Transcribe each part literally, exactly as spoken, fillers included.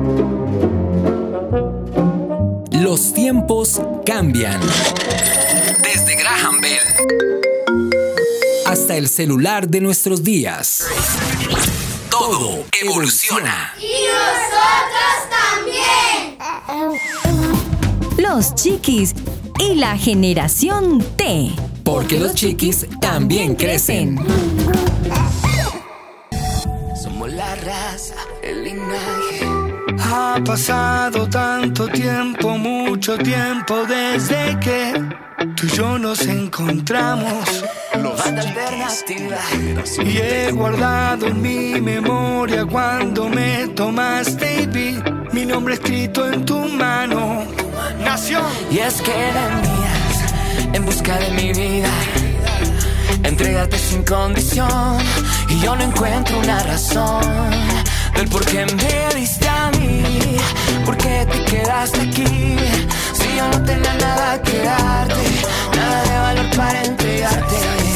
Los tiempos cambian. Desde Graham Bell hasta el celular de nuestros días. Todo evoluciona. ¡Y nosotros también! Los Chiquis y la generación T. Porque los chiquis también crecen. Somos la raza, el linaje. Ha pasado tanto tiempo, mucho tiempo desde que tú y yo nos encontramos. Los alternativa. Y he guardado en mi memoria cuando me tomaste y vi mi nombre escrito en tu mano. Nación. Y es que venías en busca de mi vida, entrégate sin condición, y yo no encuentro una razón del por qué me diste a mí, por qué te quedaste aquí, si yo no tenía nada que darte, nada de valor para entregarte.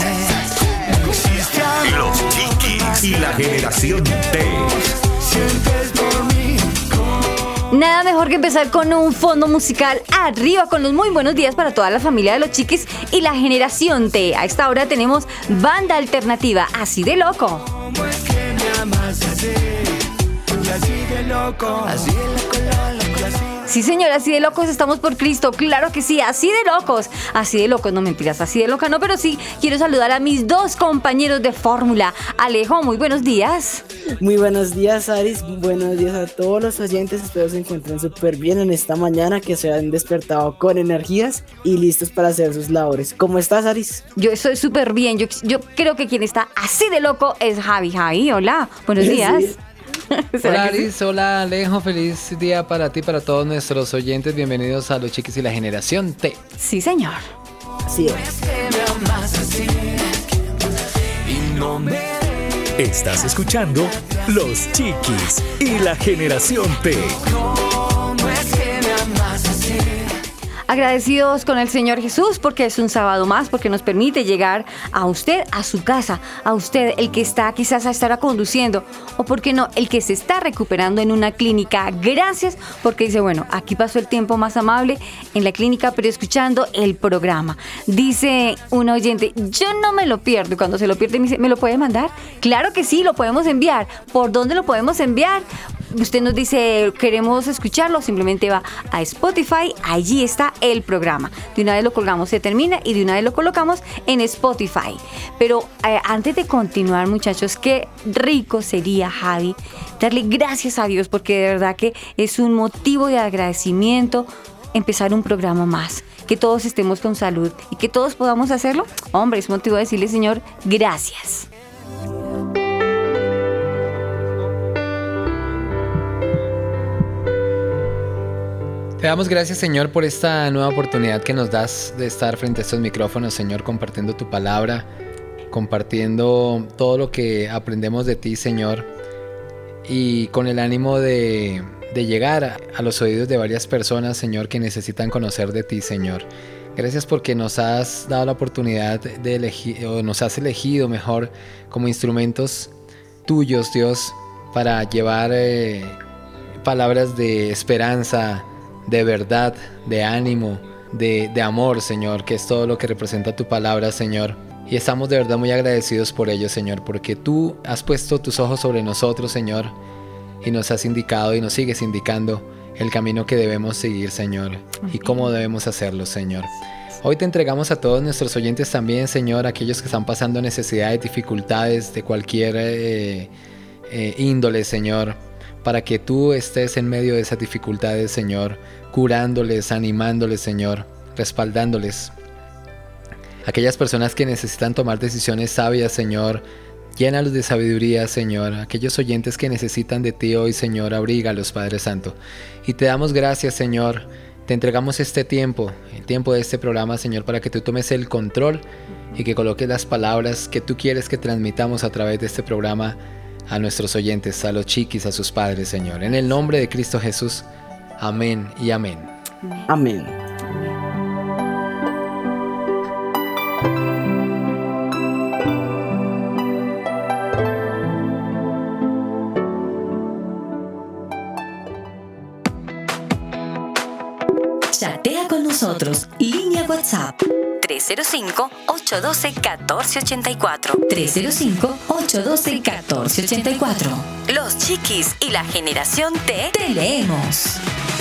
Los Chiquis y la generación T. Sientes por mí. Nada mejor que empezar con un fondo musical arriba, con los muy buenos días para toda la familia de los Chiquis y la generación T. A esta hora tenemos banda alternativa, Así de Loco. ¿Cómo es que me amas así? Y así de loco. Así de loco, lo, loco, así. Sí, señora, así de locos estamos por Cristo. Claro que sí, así de locos. Así de locos, no mentiras, así de loca no, pero sí quiero saludar a mis dos compañeros de fórmula. Alejo, muy buenos días. Muy buenos días, Aris. Buenos días a todos los oyentes. Espero se encuentren súper bien en esta mañana, que se han despertado con energías y listos para hacer sus labores. ¿Cómo estás, Aris? Yo estoy súper bien. Yo, yo creo que quien está así de loco es Javi. Javi, hola. Buenos días. Sí. Hola Aris, hola Alejo, feliz día para ti, para todos nuestros oyentes. Bienvenidos a Los Chiquis y la generación T. Sí, señor. Así es. Es que me amas así, y no me Estás escuchando Los Chiquis y la generación T. ¿Cómo es que me amas así? Agradecidos con el Señor Jesús porque es un sábado más, porque nos permite llegar a usted, a su casa, a usted, el que está quizás a estar conduciendo, o por qué no, el que se está recuperando en una clínica. Gracias, porque dice, bueno, aquí pasó el tiempo más amable en la clínica, pero escuchando el programa. Dice un oyente, yo no me lo pierdo, y cuando se lo pierde me dice, ¿me lo puede mandar? Claro que sí, lo podemos enviar. ¿Por dónde lo podemos enviar? Usted nos dice, queremos escucharlo, simplemente va a Spotify, allí está el programa. De una vez lo colgamos, se termina y de una vez lo colocamos en Spotify. Pero eh, antes de continuar, muchachos, qué rico sería, Javi, darle gracias a Dios, porque de verdad que es un motivo de agradecimiento empezar un programa más. Que todos estemos con salud y que todos podamos hacerlo. Hombre, es motivo de decirle, Señor, gracias. Te damos gracias, Señor, por esta nueva oportunidad que nos das de estar frente a estos micrófonos, Señor, compartiendo tu palabra, compartiendo todo lo que aprendemos de ti, Señor, y con el ánimo de, de llegar a, a los oídos de varias personas, Señor, que necesitan conocer de ti, Señor. Gracias porque nos has dado la oportunidad de elegir, o nos has elegido mejor como instrumentos tuyos, Dios, para llevar eh, palabras de esperanza, de verdad, de ánimo, de, de amor, Señor, que es todo lo que representa tu palabra, Señor. Y estamos de verdad muy agradecidos por ello, Señor, porque tú has puesto tus ojos sobre nosotros, Señor, y nos has indicado y nos sigues indicando el camino que debemos seguir, Señor, y cómo debemos hacerlo, Señor. Hoy te entregamos a todos nuestros oyentes también, Señor, aquellos que están pasando necesidades, dificultades de cualquier eh, eh, índole, Señor, para que tú estés en medio de esas dificultades, Señor, curándoles, animándoles, Señor, respaldándoles. Aquellas personas que necesitan tomar decisiones sabias, Señor, llénalos de sabiduría, Señor. Aquellos oyentes que necesitan de ti hoy, Señor, abrígalos, Padre Santo. Y te damos gracias, Señor. Te entregamos este tiempo, el tiempo de este programa, Señor, para que tú tomes el control y que coloques las palabras que tú quieres que transmitamos a través de este programa a nuestros oyentes, a los chiquis, a sus padres, Señor. En el nombre de Cristo Jesús, amén y amén. Amén. Chatea con nosotros. Línea WhatsApp tres cero cinco, ocho uno dos, uno cuatro ocho cuatro. tres cero cinco, ocho uno dos, uno cuatro ocho cuatro. Los Chiquis y la generación T te leemos.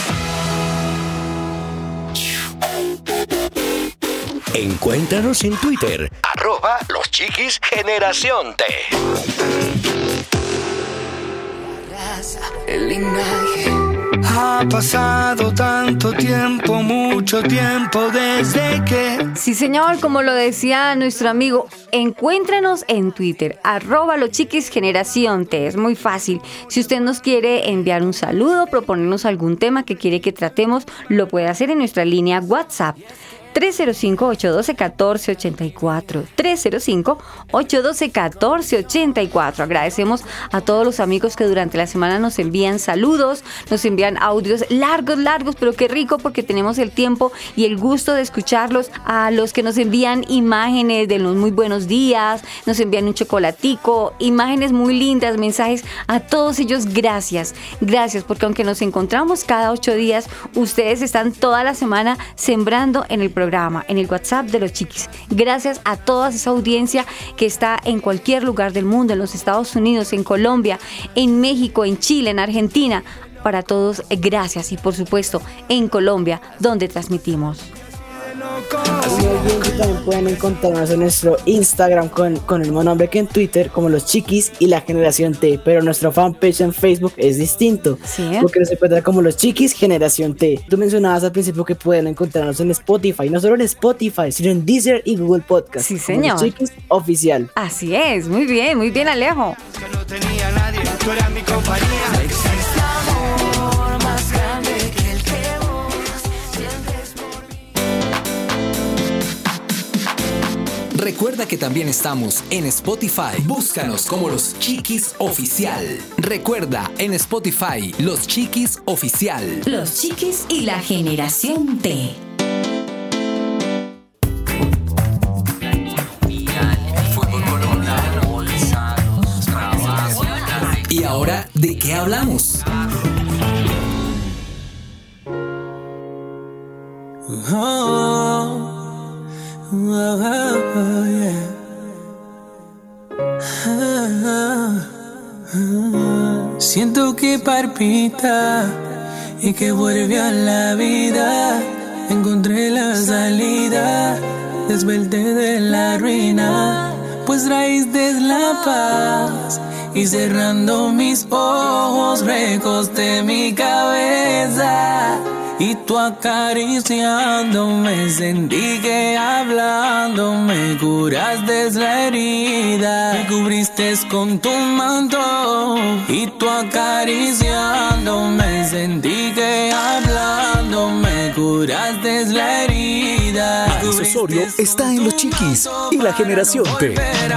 Encuéntranos en Twitter, arroba Los Chiquis Generación T. El linaje. Ha pasado tanto tiempo, mucho tiempo desde que... Sí, señor, como lo decía nuestro amigo, encuéntranos en Twitter, arroba Los Chiquis Generación T. Es muy fácil. Si usted nos quiere enviar un saludo, proponernos algún tema que quiere que tratemos, lo puede hacer en nuestra línea WhatsApp. tres cero cinco, ocho uno dos, uno cuatro ocho cuatro. tres cero cinco, ocho uno dos, uno cuatro ocho cuatro. Agradecemos a todos los amigos que durante la semana nos envían saludos, nos envían audios largos, largos, pero qué rico porque tenemos el tiempo y el gusto de escucharlos. A los que nos envían imágenes de los muy buenos días, nos envían un chocolatico, imágenes muy lindas, mensajes. A todos ellos, gracias. Gracias, porque aunque nos encontramos cada ocho días, ustedes están toda la semana sembrando en el programa. programa, en el WhatsApp de Los Chiquis. Gracias a toda esa audiencia que está en cualquier lugar del mundo, en los Estados Unidos, en Colombia, en México, en Chile, en Argentina. Para todos, gracias. Y por supuesto, en Colombia, donde transmitimos. Así es, que también pueden encontrarnos en nuestro Instagram con, con el mismo nombre que en Twitter, como Los Chiquis y la Generación T, pero nuestro fanpage en Facebook es distinto, ¿sí? Porque nos encuentra como Los Chiquis Generación T. Tú mencionabas al principio que pueden encontrarnos en Spotify, no solo en Spotify, sino en Deezer y Google Podcast. Sí, señor. Los Chiquis Oficial. Así es, muy bien, muy bien, Alejo. Que no tenía nadie, tú eras mi compañía. Recuerda que también estamos en Spotify. Búscanos como Los Chiquis Oficial. Recuerda, en Spotify, Los Chiquis Oficial. Los Chiquis y la Generación T. Y ahora, ¿de qué hablamos? Oh. Oh, oh, yeah. ah, ah. Siento que palpita y que vuelve a la vida. Encontré la salida, desperté de la ruina, pues raíces la paz. Y cerrando mis ojos recosté mi cabeza. Y tú acariciándome, sentí que hablando me curaste la herida. Me cubriste con tu manto. Y tú acariciándome, sentí que hablando me curaste la herida. Alex Osorio está en Los Chiquis y la Generación T.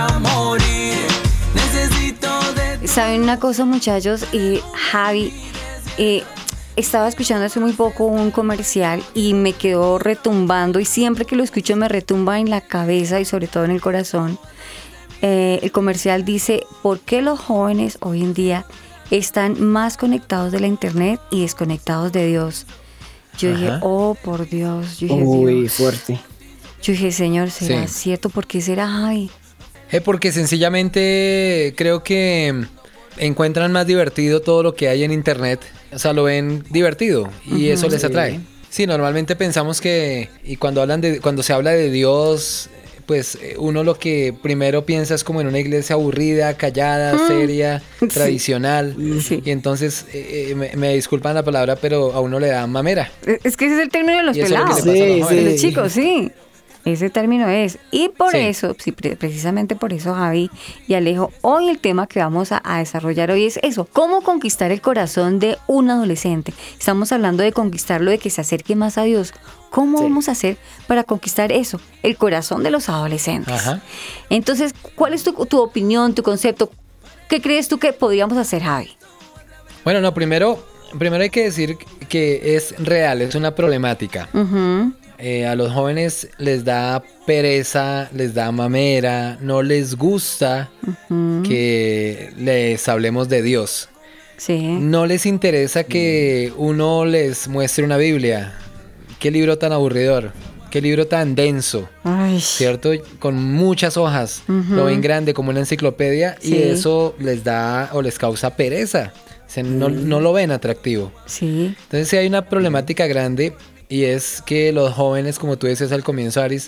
¿Saben una cosa, muchachos? Eh, Javi, eh, estaba escuchando hace muy poco un comercial y me quedó retumbando, y siempre que lo escucho me retumba en la cabeza y sobre todo en el corazón. Eh, el comercial dice: ¿por qué los jóvenes hoy en día están más conectados de la internet y desconectados de Dios? Yo Ajá. dije, oh, por Dios. Yo dije, Uy, Dios. fuerte. Yo dije, Señor, ¿será sí. cierto? ¿Por qué será, Javi? Eh, porque sencillamente creo que encuentran más divertido todo lo que hay en internet. O sea, lo ven divertido y uh-huh, eso les atrae. Sí. sí, normalmente pensamos que, y cuando hablan de, cuando se habla de Dios, pues uno lo que primero piensa es como en una iglesia aburrida, callada, mm. seria, sí. tradicional. Sí. Y entonces, eh, me, me disculpan la palabra, pero a uno le da mamera. Es que ese es el término de los pelados. Es sí, sí. Los chicos, sí. Ese término es. Y por sí. eso, sí, precisamente por eso, Javi y Alejo, hoy el tema que vamos a, a desarrollar hoy es eso: ¿cómo conquistar el corazón de un adolescente? Estamos hablando de conquistarlo, de que se acerque más a Dios. ¿Cómo sí. vamos a hacer para conquistar eso? El corazón de los adolescentes. Ajá. Entonces, ¿cuál es tu, tu opinión, tu concepto? ¿Qué crees tú que podríamos hacer, Javi? Bueno, no, primero, primero hay que decir que es real, es una problemática. Uh-huh. Eh, a los jóvenes les da pereza, les da mamera, no les gusta uh-huh. que les hablemos de Dios. Sí. No les interesa que uno les muestre una Biblia, qué libro tan aburridor, qué libro tan denso, Ay. ¿cierto? Con muchas hojas, Ujú. lo ven grande como una enciclopedia Sí. y eso les da o les causa pereza, o sea, no, no lo ven atractivo. Sí. Entonces sí hay una problemática grande y es que los jóvenes, como tú decías al comienzo, Aris,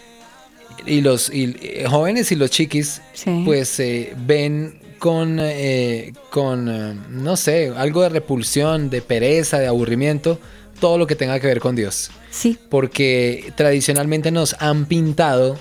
y los y, eh, jóvenes y los chiquis, Sí. pues eh, ven con, eh, con eh, no sé, algo de repulsión, de pereza, de aburrimiento, todo lo que tenga que ver con Dios. Sí. Porque tradicionalmente nos han pintado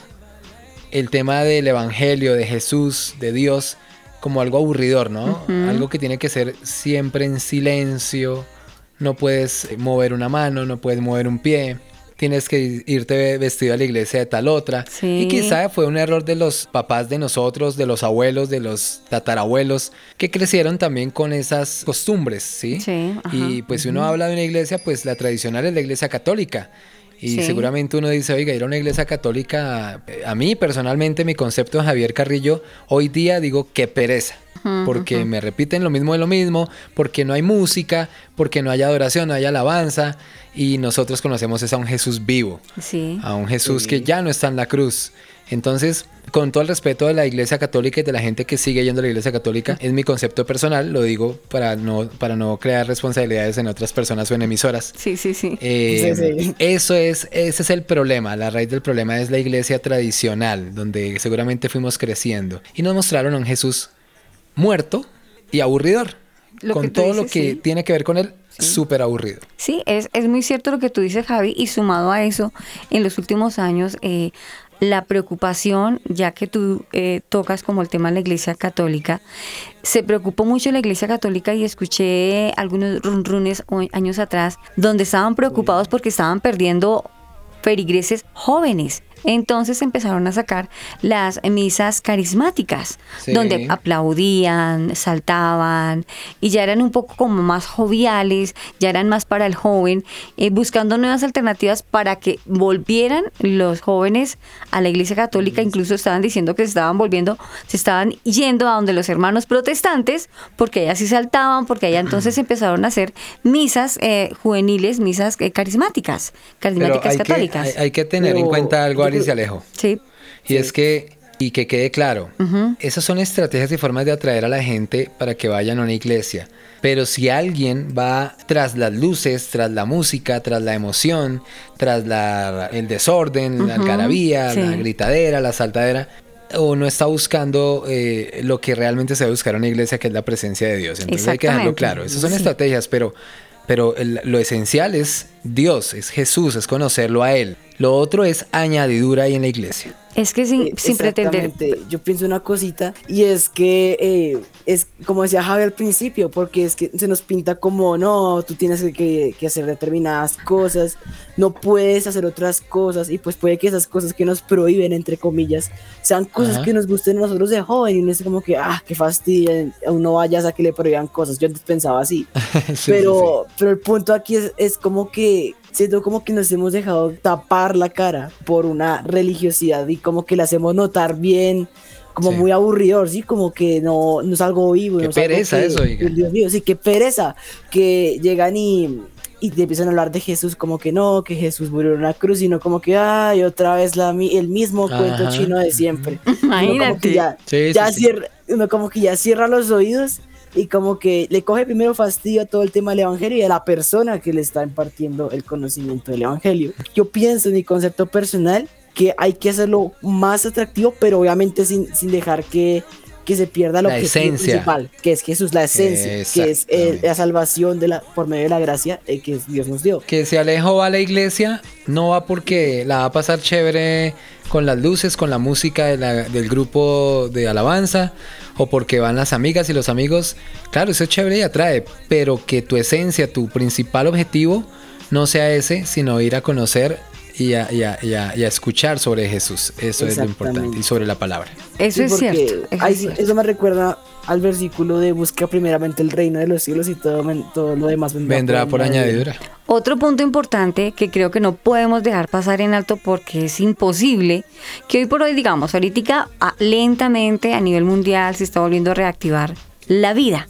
el tema del evangelio, de Jesús, de Dios, como algo aburridor, ¿no? Ujú. Algo que tiene que ser siempre en silencio, no puedes mover una mano, no puedes mover un pie, tienes que irte vestido a la iglesia de tal otra. Sí. Y quizá fue un error de los papás de nosotros, de los abuelos, de los tatarabuelos, que crecieron también con esas costumbres, ¿sí? Sí, ajá. Y pues si uno Ujú. habla de una iglesia, pues la tradicional es la iglesia católica. Y Sí. seguramente uno dice, oiga, ir a una iglesia católica, eh, a mí personalmente, mi concepto de Javier Carrillo, hoy día digo, qué pereza. Ujú, Porque ujú. me repiten lo mismo de lo mismo, porque no hay música, porque no hay adoración, no hay alabanza, y nosotros conocemos es a un Jesús vivo, Sí. a un Jesús que ya no está en la cruz. Entonces, con todo el respeto de la Iglesia Católica y de la gente que sigue yendo a la Iglesia Católica, es mi concepto personal, lo digo para no, para no crear responsabilidades en otras personas o en emisoras. Sí, sí, sí. Eh, Sí, sí. Eso es, ese es el problema. La raíz del problema es la iglesia tradicional, donde seguramente fuimos creciendo. Y nos mostraron a un Jesús muerto y aburridor. Lo con que tú todo lo dices, que sí. tiene que ver con él, súper aburrido. Sí, es, es muy cierto lo que tú dices, Javi, y sumado a eso, en los últimos años, eh, la preocupación, ya que tú eh, tocas como el tema de la Iglesia Católica, se preocupó mucho la Iglesia Católica y escuché algunos runrunes o- años atrás donde estaban preocupados porque estaban perdiendo feligreses jóvenes. Entonces empezaron a sacar las misas carismáticas, Sí. donde aplaudían, saltaban y ya eran un poco como más joviales, ya eran más para el joven, eh, buscando nuevas alternativas para que volvieran los jóvenes a la Iglesia Católica. Incluso estaban diciendo que se estaban volviendo, se estaban yendo a donde los hermanos protestantes, porque allá sí saltaban, porque allá entonces empezaron a hacer misas eh, juveniles, misas eh, carismáticas, Pero carismáticas hay que, católicas. hay, hay que tener en Pero cuenta algo, yo Aris y creo- Alejo. Sí. Y es que, y que quede claro, Ujú. esas son estrategias y formas de atraer a la gente para que vayan a una iglesia. Pero si alguien va tras las luces, tras la música, tras la emoción, tras la, el desorden, la Ujú, algarabía, sí. la gritadera, la saltadera, o no está buscando eh, lo que realmente se debe buscar en una iglesia, que es la presencia de Dios. Entonces hay que dejarlo Exactamente. claro. Esas son Sí. estrategias, pero, pero el- lo esencial es Dios, es Jesús, es conocerlo a Él. Lo otro es añadidura ahí en la iglesia. Es que sin, Eh, sin pretender. exactamente. Yo pienso una cosita y es que eh, es como decía Javi al principio, porque es que se nos pinta como no, tú tienes que, que- que hacer determinadas cosas, no puedes hacer otras cosas y pues puede que esas cosas que nos prohíben entre comillas sean cosas Ajá. que nos gusten a nosotros de joven y uno es como que ah, qué fastidio, aún no vayas a que le prohíban cosas. Yo antes pensaba así. Sí, pero, pero el punto aquí es, es como que siento como que nos hemos dejado tapar la cara por una religiosidad y como que la hacemos notar bien, como Sí. muy aburridor, sí, como que no, no es algo vivo. Qué no es algo pereza que- eso, oiga. Dios mío, sí, qué pereza, que llegan y, y te empiezan a hablar de Jesús como que no, que Jesús murió en una cruz, sino como que, ay, otra vez la, mi- el mismo cuento Ajá. chino de siempre. Uno como que Imagínate. ya, Sí, ya sí, sí. cierra, uno como que ya cierra los oídos y como que le coge primero fastidio a todo el tema del evangelio y a la persona que le está impartiendo el conocimiento del evangelio. Yo pienso en mi concepto personal que hay que hacerlo más atractivo, pero obviamente sin, sin dejar que, que se pierda el La objetivo esencia. principal, que es Jesús, la esencia, que es eh, Exactamente. la salvación de la, por medio de la gracia eh, que Dios nos dio. Que si Alejo va a la iglesia, no va porque la va a pasar chévere con las luces, con la música de la- del grupo de alabanza, o porque van las amigas y los amigos. Claro, eso es chévere y atrae, pero que tu esencia, tu principal objetivo, no sea ese, sino ir a conocer y a, y a- y a- y a escuchar sobre Jesús. Eso es lo importante, Exactamente. y sobre la palabra. Eso Sí, es porque cierto. Eso ahí es sí- cierto. eso me recuerda al versículo de busca primeramente el reino de los cielos y todo, men- todo lo demás vendrá, Vendrá por añadidura. Otro punto importante que creo que no podemos dejar pasar en alto porque es imposible, que hoy por hoy, digamos, ahorita a- lentamente a nivel mundial se está volviendo a reactivar la vida.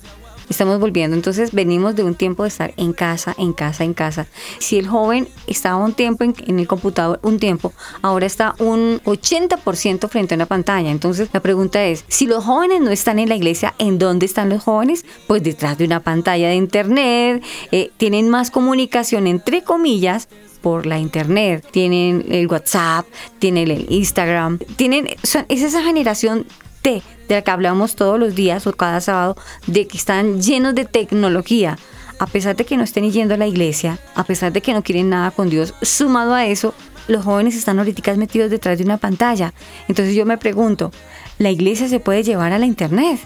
estamos volviendo. Entonces venimos de un tiempo de estar en casa, en casa, en casa. Si el joven estaba un tiempo en, en el computador, un tiempo, ahora está un ochenta por ciento frente a una pantalla. Entonces la pregunta es, si los jóvenes no están en la iglesia, ¿en dónde están los jóvenes? Pues detrás de una pantalla de internet, eh, tienen más comunicación entre comillas por la internet, tienen el WhatsApp, tienen el Instagram, tienen, son, es esa generación T de la que hablamos todos los días o cada sábado, de que están llenos de tecnología. A pesar de que no estén yendo a la iglesia, a pesar de que no quieren nada con Dios, sumado a eso, los jóvenes están ahorita metidos detrás de una pantalla. Entonces yo me pregunto, ¿la iglesia se puede llevar a la internet?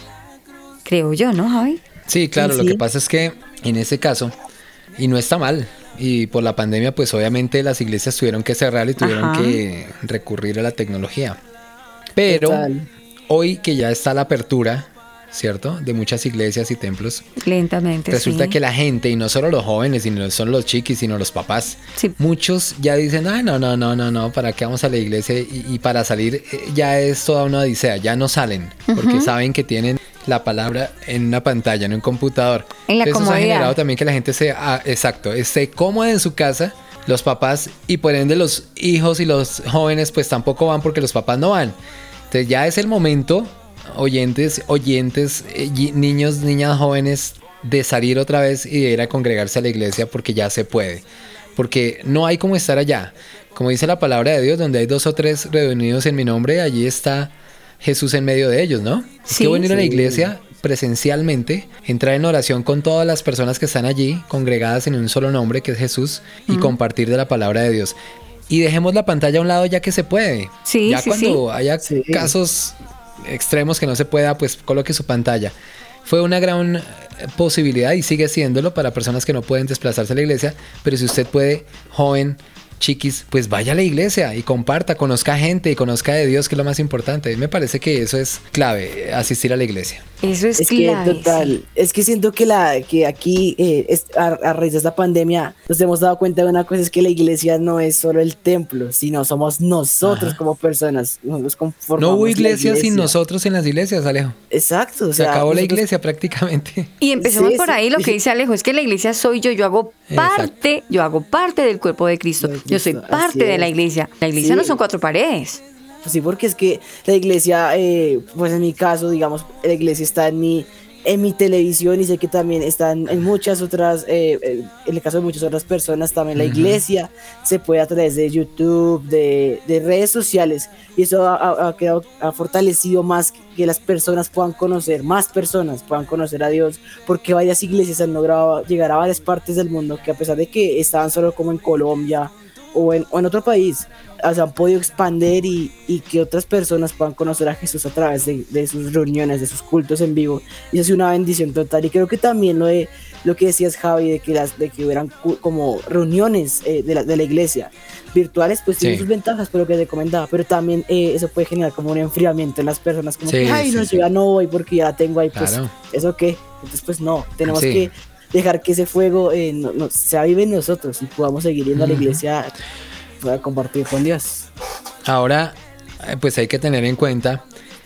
Creo yo, ¿no, Javi? Sí, claro, Sí, lo sí. que pasa es que en ese caso, y no está mal, y por la pandemia pues obviamente las iglesias tuvieron que cerrar y tuvieron Ajá. que recurrir a la tecnología. Pero Total. hoy que ya está la apertura, ¿cierto? De muchas iglesias y templos, Lentamente, resulta sí. que la gente, y no solo los jóvenes, y no solo los chiquis, sino los papás, Sí. muchos ya dicen, ah, no, no, no, no, no, ¿para qué vamos a la iglesia? Y, y para salir eh, ya es toda una odisea, ya no salen, porque saben que tienen la palabra en una pantalla, en un computador. En la Eso ha comodidad. generado también que la gente sea, ah, exacto, esté cómoda en su casa, los papás, y por ende los hijos y los jóvenes pues tampoco van porque los papás no van. Entonces ya es el momento, oyentes, oyentes, eh, y- niños, niñas, jóvenes, de salir otra vez y de ir a congregarse a la iglesia porque ya se puede. Porque no hay como estar allá. Como dice la palabra de Dios, donde hay dos o tres reunidos en mi nombre, allí está Jesús en medio de ellos, ¿no? Es Sí, que bueno ir a la sí. iglesia presencialmente, entrar en oración con todas las personas que están allí, congregadas en un solo nombre, que es Jesús, y compartir de la palabra de Dios. Y dejemos la pantalla a un lado ya que se puede. Sí, ya sí, cuando sí. haya Sí. casos extremos que no se pueda, pues coloque su pantalla. Fue una gran eh, posibilidad y sigue siéndolo para personas que no pueden desplazarse a la iglesia, pero si usted puede, joven, chiquis, pues vaya a la iglesia y comparta, conozca gente y conozca de Dios, que es lo más importante. Me parece que eso es clave, asistir a la iglesia. Eso es, Es que clave. total, sí. es que siento que la que aquí eh, es- a, a raíz de esta pandemia nos hemos dado cuenta de una cosa, es que la iglesia no es solo el templo, sino somos nosotros Ajá. como personas. Nosotros conformamos No hubo la iglesia sin iglesia. nosotros en las iglesias, Alejo. Exacto, o Se sea, acabó la nosotros- iglesia prácticamente. Y empecemos Sí, por sí. ahí, lo que dice Alejo, es que la iglesia soy yo, yo hago Exacto. parte, yo hago parte del cuerpo de Cristo, De yo soy Cristo, parte así de la es. iglesia. La iglesia Sí. no son cuatro paredes. Sí, porque es que la iglesia, eh, pues en mi caso, digamos, la iglesia está en mi, en mi televisión y sé que también están en muchas otras, eh, eh, en el caso de muchas otras personas, también la Ujú. iglesia se puede a través de YouTube, de, de redes sociales, y eso ha, ha- ha quedado, ha fortalecido más que las personas puedan conocer, más personas puedan conocer a Dios, porque varias iglesias han logrado llegar a varias partes del mundo que a pesar de que estaban solo como en Colombia o en, o en otro país, o sea, han podido expandir y, y que otras personas puedan conocer a Jesús a través de, de sus reuniones, de sus cultos en vivo. Y eso es una bendición total. Y creo que también lo, de, lo que decías, Javi, de que, las, de que hubieran cu- como reuniones eh, de, la, de la iglesia virtuales, pues tiene Sí. sus ventajas, por lo que te comentaba, pero también eh, eso puede generar como un enfriamiento en las personas, como Sí, que, ay, sí, no, sí. yo ya no voy porque ya la tengo ahí, pues, Claro. ¿eso qué? Entonces, pues no, tenemos Sí. que dejar que ese fuego eh, no, no, se avive en nosotros y podamos seguir yendo a la Ujú. iglesia para compartir con Dios. Ahora, eh, pues hay que tener en cuenta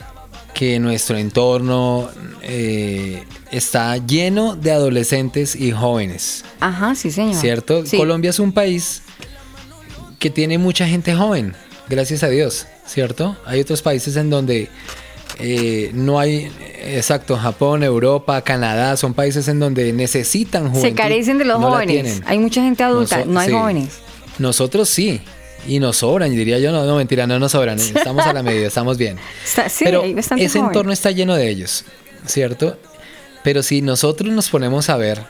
que nuestro entorno eh, está lleno de adolescentes y jóvenes, Ajá, sí, señor. ¿cierto? Sí. Colombia es un país que tiene mucha gente joven, gracias a Dios, ¿cierto? Hay otros países en donde eh, no hay, exacto, Japón, Europa, Canadá, son países en donde necesitan juventud. Se carecen de los no la jóvenes. tienen. Hay mucha gente adulta, Noso- no hay sí. jóvenes. Nosotros sí, y nos sobran, diría yo, no, no mentira, no nos sobran, estamos a la medida, estamos bien. Está- sí, Pero hay bastante ese joven. entorno está lleno de ellos, ¿cierto? Pero si nosotros nos ponemos a ver,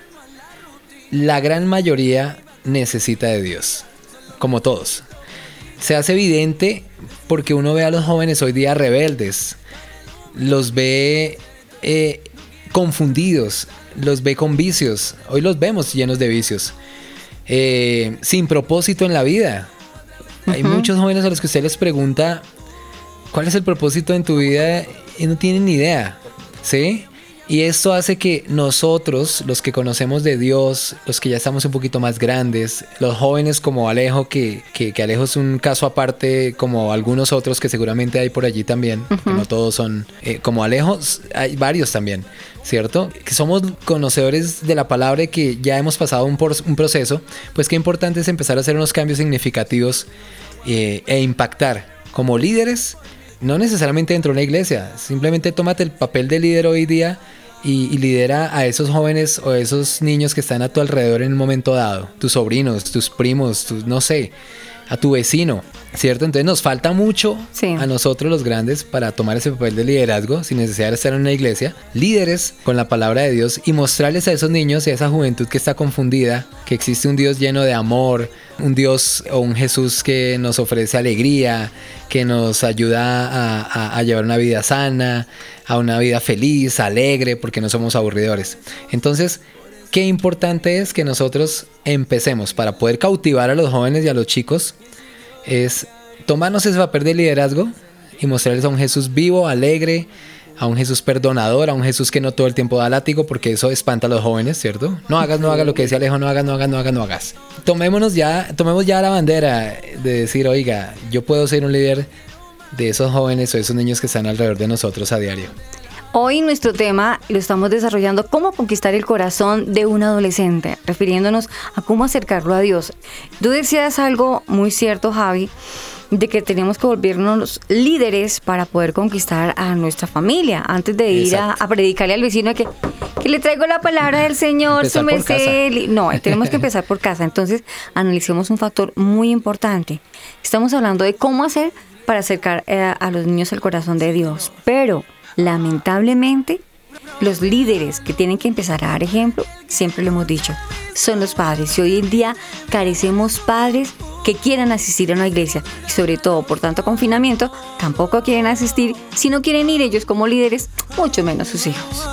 la gran mayoría necesita de Dios, como todos. Se hace evidente porque uno ve a los jóvenes hoy día rebeldes, los ve eh, confundidos, los ve con vicios, hoy los vemos llenos de vicios, eh, sin propósito en la vida. Hay Ujú. muchos jóvenes a los que usted les pregunta, ¿cuál es el propósito en tu vida? Y no tienen ni idea, ¿sí? Y esto hace que nosotros, los que conocemos de Dios, los que ya estamos un poquito más grandes, los jóvenes como Alejo, que, que, que Alejo es un caso aparte como algunos otros que seguramente hay por allí también, uh-huh. que no todos son eh, como Alejo, hay varios también, ¿cierto? Que somos conocedores de la palabra y que ya hemos pasado un, por, un proceso, pues qué importante es empezar a hacer unos cambios significativos eh, e impactar como líderes, no necesariamente dentro de una iglesia, simplemente tómate el papel de líder hoy día y, y lidera a esos jóvenes o esos niños que están a tu alrededor en un momento dado, tus sobrinos, tus primos, tus, no sé, a tu vecino, ¿cierto? Entonces nos falta mucho sí. a nosotros los grandes para tomar ese papel de liderazgo sin necesidad de estar en una iglesia, líderes con la palabra de Dios y mostrarles a esos niños y a esa juventud que está confundida que existe un Dios lleno de amor, un Dios o un Jesús que nos ofrece alegría, que nos ayuda a, a, a llevar una vida sana, a una vida feliz, alegre, porque no somos aburridores. Entonces, qué importante es que nosotros empecemos para poder cautivar a los jóvenes y a los chicos, es tomarnos ese papel de liderazgo y mostrarles a un Jesús vivo, alegre, a un Jesús perdonador, a un Jesús que no todo el tiempo da látigo, porque eso espanta a los jóvenes, ¿cierto? No hagas, no hagas lo que decía Alejo, no hagas, no hagas, no hagas, no hagas. Tomémonos ya, tomemos ya la bandera de decir, oiga, yo puedo ser un líder de esos jóvenes o de esos niños que están alrededor de nosotros a diario. Hoy nuestro tema lo estamos desarrollando cómo conquistar el corazón de un adolescente, refiriéndonos a cómo acercarlo a Dios. Tú decías algo muy cierto, Javi, de que tenemos que volvernos líderes para poder conquistar a nuestra familia, antes de ir a, a predicarle al vecino que, que le traigo la palabra del Señor, su merced. No, tenemos que empezar por casa. Entonces, analicemos un factor muy importante. Estamos hablando de cómo hacer para acercar eh, a los niños al corazón de Dios, pero lamentablemente, los líderes que tienen que empezar a dar ejemplo, siempre lo hemos dicho, son los padres. Y hoy en día carecemos padres que quieran asistir a una iglesia. Y sobre todo, por tanto confinamiento, tampoco quieren asistir. Si no quieren ir ellos como líderes, mucho menos sus hijos.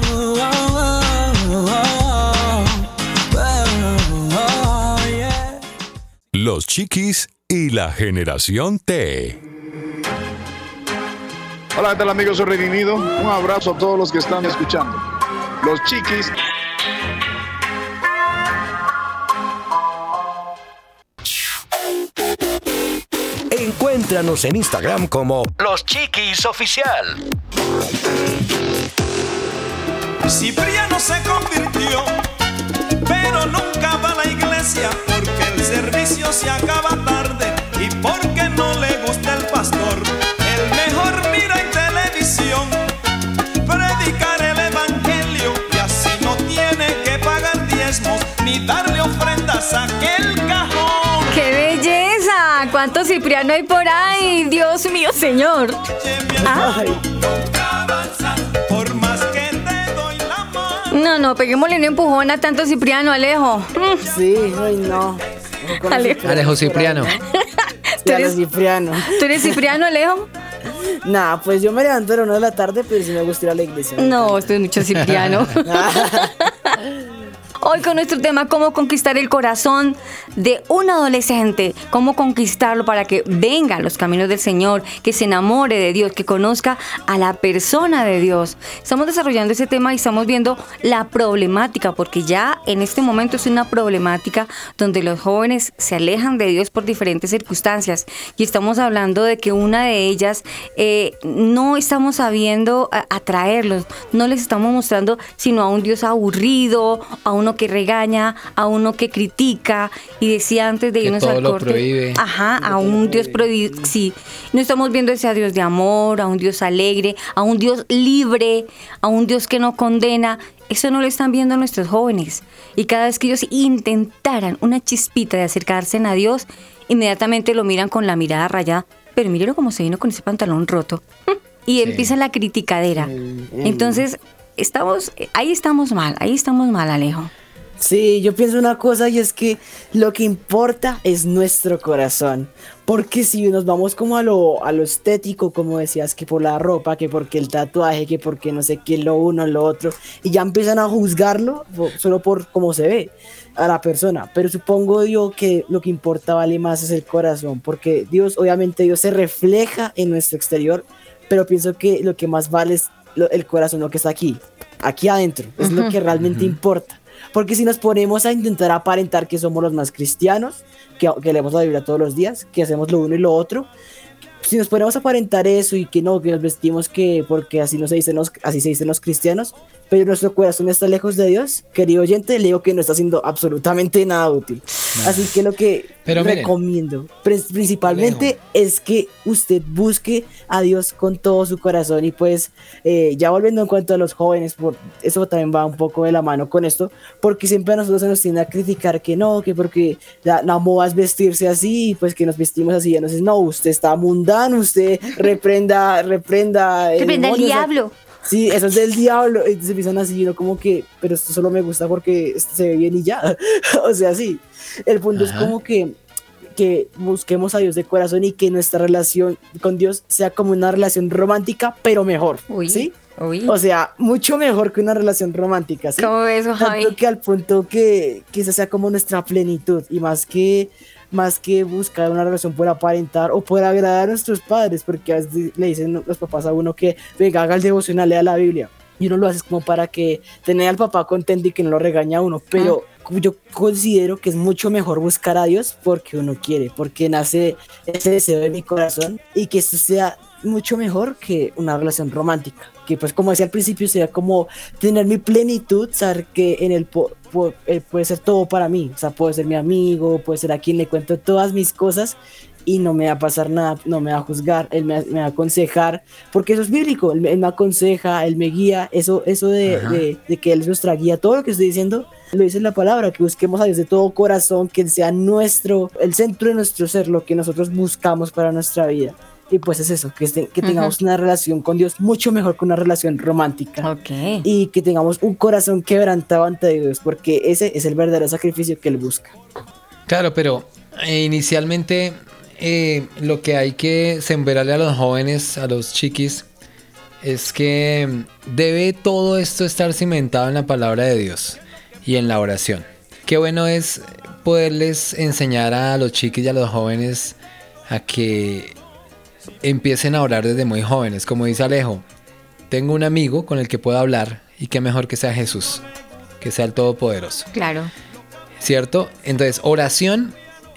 Los Chiquis y la Generación T. Hola, ¿qué tal, amigos? Soy Redimido. Un abrazo a todos los que están escuchando. Los Chiquis. Encuéntranos en Instagram como Los Chiquis Oficial. Cipriano se convirtió, pero nunca va a la iglesia porque el servicio se acaba tarde y porque no le gusta el pastor. El mejor mira en televisión predicar el evangelio y así no tiene que pagar diezmos ni darle ofrendas a aquel cajón. ¡Qué belleza! ¿Cuánto Cipriano hay por ahí? Dios mío, Señor. ¿Ah? Por más que te doy la mano. No, no, peguémosle un empujón a tanto Cipriano, Alejo. Sí, ay no. Alejo. Alejo Cipriano. ¿Tú eres Cipriano? ¿Tú eres Cipriano, Alejo? Nah, pues yo me levanto a las una de la tarde, pero si me gusta ir a la iglesia. No, esto es mucho Cipriano. Hoy con nuestro tema, cómo conquistar el corazón de un adolescente, cómo conquistarlo para que venga a los caminos del Señor, que se enamore de Dios, que conozca a la persona de Dios. Estamos desarrollando ese tema y estamos viendo la problemática, porque ya en este momento es una problemática donde los jóvenes se alejan de Dios por diferentes circunstancias. Y estamos hablando de que una de ellas eh, no estamos sabiendo atraerlos, no les estamos mostrando sino a un Dios aburrido, a uno que regaña, a uno que critica, y decía antes de irnos al corte, prohíbe. Ajá, a un Dios prohíbe, sí. No estamos viendo ese a Dios de amor, a un Dios alegre, a un Dios libre, a un Dios que no condena. Eso no lo están viendo nuestros jóvenes. Y cada vez que ellos intentaran una chispita de acercarse a Dios, inmediatamente lo miran con la mirada rayada. Pero míralo cómo se vino con ese pantalón roto. Y sí. Empieza la criticadera. Entonces, estamos, ahí estamos mal, ahí estamos mal, Alejo. Sí, yo pienso una cosa, y es que lo que importa es nuestro corazón. Porque si nos vamos como a lo, a lo estético, como decías, que por la ropa, que porque el tatuaje, que porque no sé qué, lo uno, lo otro, y ya empiezan a juzgarlo solo por cómo se ve a la persona. Pero supongo yo que lo que importa vale más es el corazón, porque Dios, obviamente Dios se refleja en nuestro exterior, pero pienso que lo que más vale es lo, el corazón, lo que está aquí. aquí adentro, es uh-huh. lo que realmente uh-huh. importa. Porque si nos ponemos a intentar aparentar que somos los más cristianos, que, que leemos la Biblia todos los días, que hacemos lo uno y lo otro, si nos ponemos a aparentar eso y que no, que nos vestimos que porque así, no se dicen los, así se dicen los cristianos, pero nuestro corazón está lejos de Dios, querido oyente, le digo que no está haciendo absolutamente nada útil. No. Así que lo que pero recomiendo miren, principalmente Alejo. es que usted busque a Dios con todo su corazón. Y pues eh, ya volviendo en cuanto a los jóvenes, por, eso también va un poco de la mano con esto, porque siempre a nosotros se nos tiende a criticar que no, que porque la, la moda es vestirse así, y pues que nos vestimos así, y entonces no, usted está mundano, usted reprenda, reprenda reprenda el diablo. Sí, eso es del diablo. Y se empiezan así, ¿no? Como que, pero esto solo me gusta porque se ve bien y ya. O sea, sí. El punto Ajá. es como que, que busquemos a Dios de corazón y que nuestra relación con Dios sea como una relación romántica, pero mejor. Uy, ¿sí? Uy. O sea, mucho mejor que una relación romántica, ¿sí? ¿Cómo ves eso, Javi? Tanto que al punto que, que esa sea como nuestra plenitud y más que... más que buscar una relación por aparentar o por agradar a nuestros padres, porque a veces le dicen los papás a uno que venga, haga el devocional, lea la Biblia, y uno lo hace como para que tener al papá contento y que no lo regaña a uno, pero ah. yo considero que es mucho mejor buscar a Dios porque uno quiere, porque nace ese deseo de mi corazón, y que esto sea mucho mejor que una relación romántica, que pues como decía al principio, sería como tener mi plenitud, saber que en el po- po- eh, puede ser todo para mí, o sea, puede ser mi amigo, puede ser a quien le cuento todas mis cosas y no me va a pasar nada, no me va a juzgar, él me, me va a aconsejar, porque eso es bíblico, él, él me aconseja, él me guía, eso, eso de, de, de que él es nuestra guía, todo lo que estoy diciendo lo dice en la palabra, que busquemos a Dios de todo corazón, que sea nuestro, el centro de nuestro ser, lo que nosotros buscamos para nuestra vida. Y pues es eso, que, este, que tengamos uh-huh. una relación con Dios mucho mejor que una relación romántica. Okay. Y que tengamos un corazón quebrantado ante Dios, porque ese es el verdadero sacrificio que Él busca. Claro, pero eh, inicialmente eh, lo que hay que sembrarle a los jóvenes, a los chiquis, es que debe todo esto estar cimentado en la palabra de Dios y en la oración. Qué bueno es poderles enseñar a los chiquis y a los jóvenes a que empiecen a orar desde muy jóvenes. Como dice Alejo, tengo un amigo con el que puedo hablar, y qué mejor que sea Jesús, que sea el Todopoderoso. Claro. ¿Cierto? Entonces, oración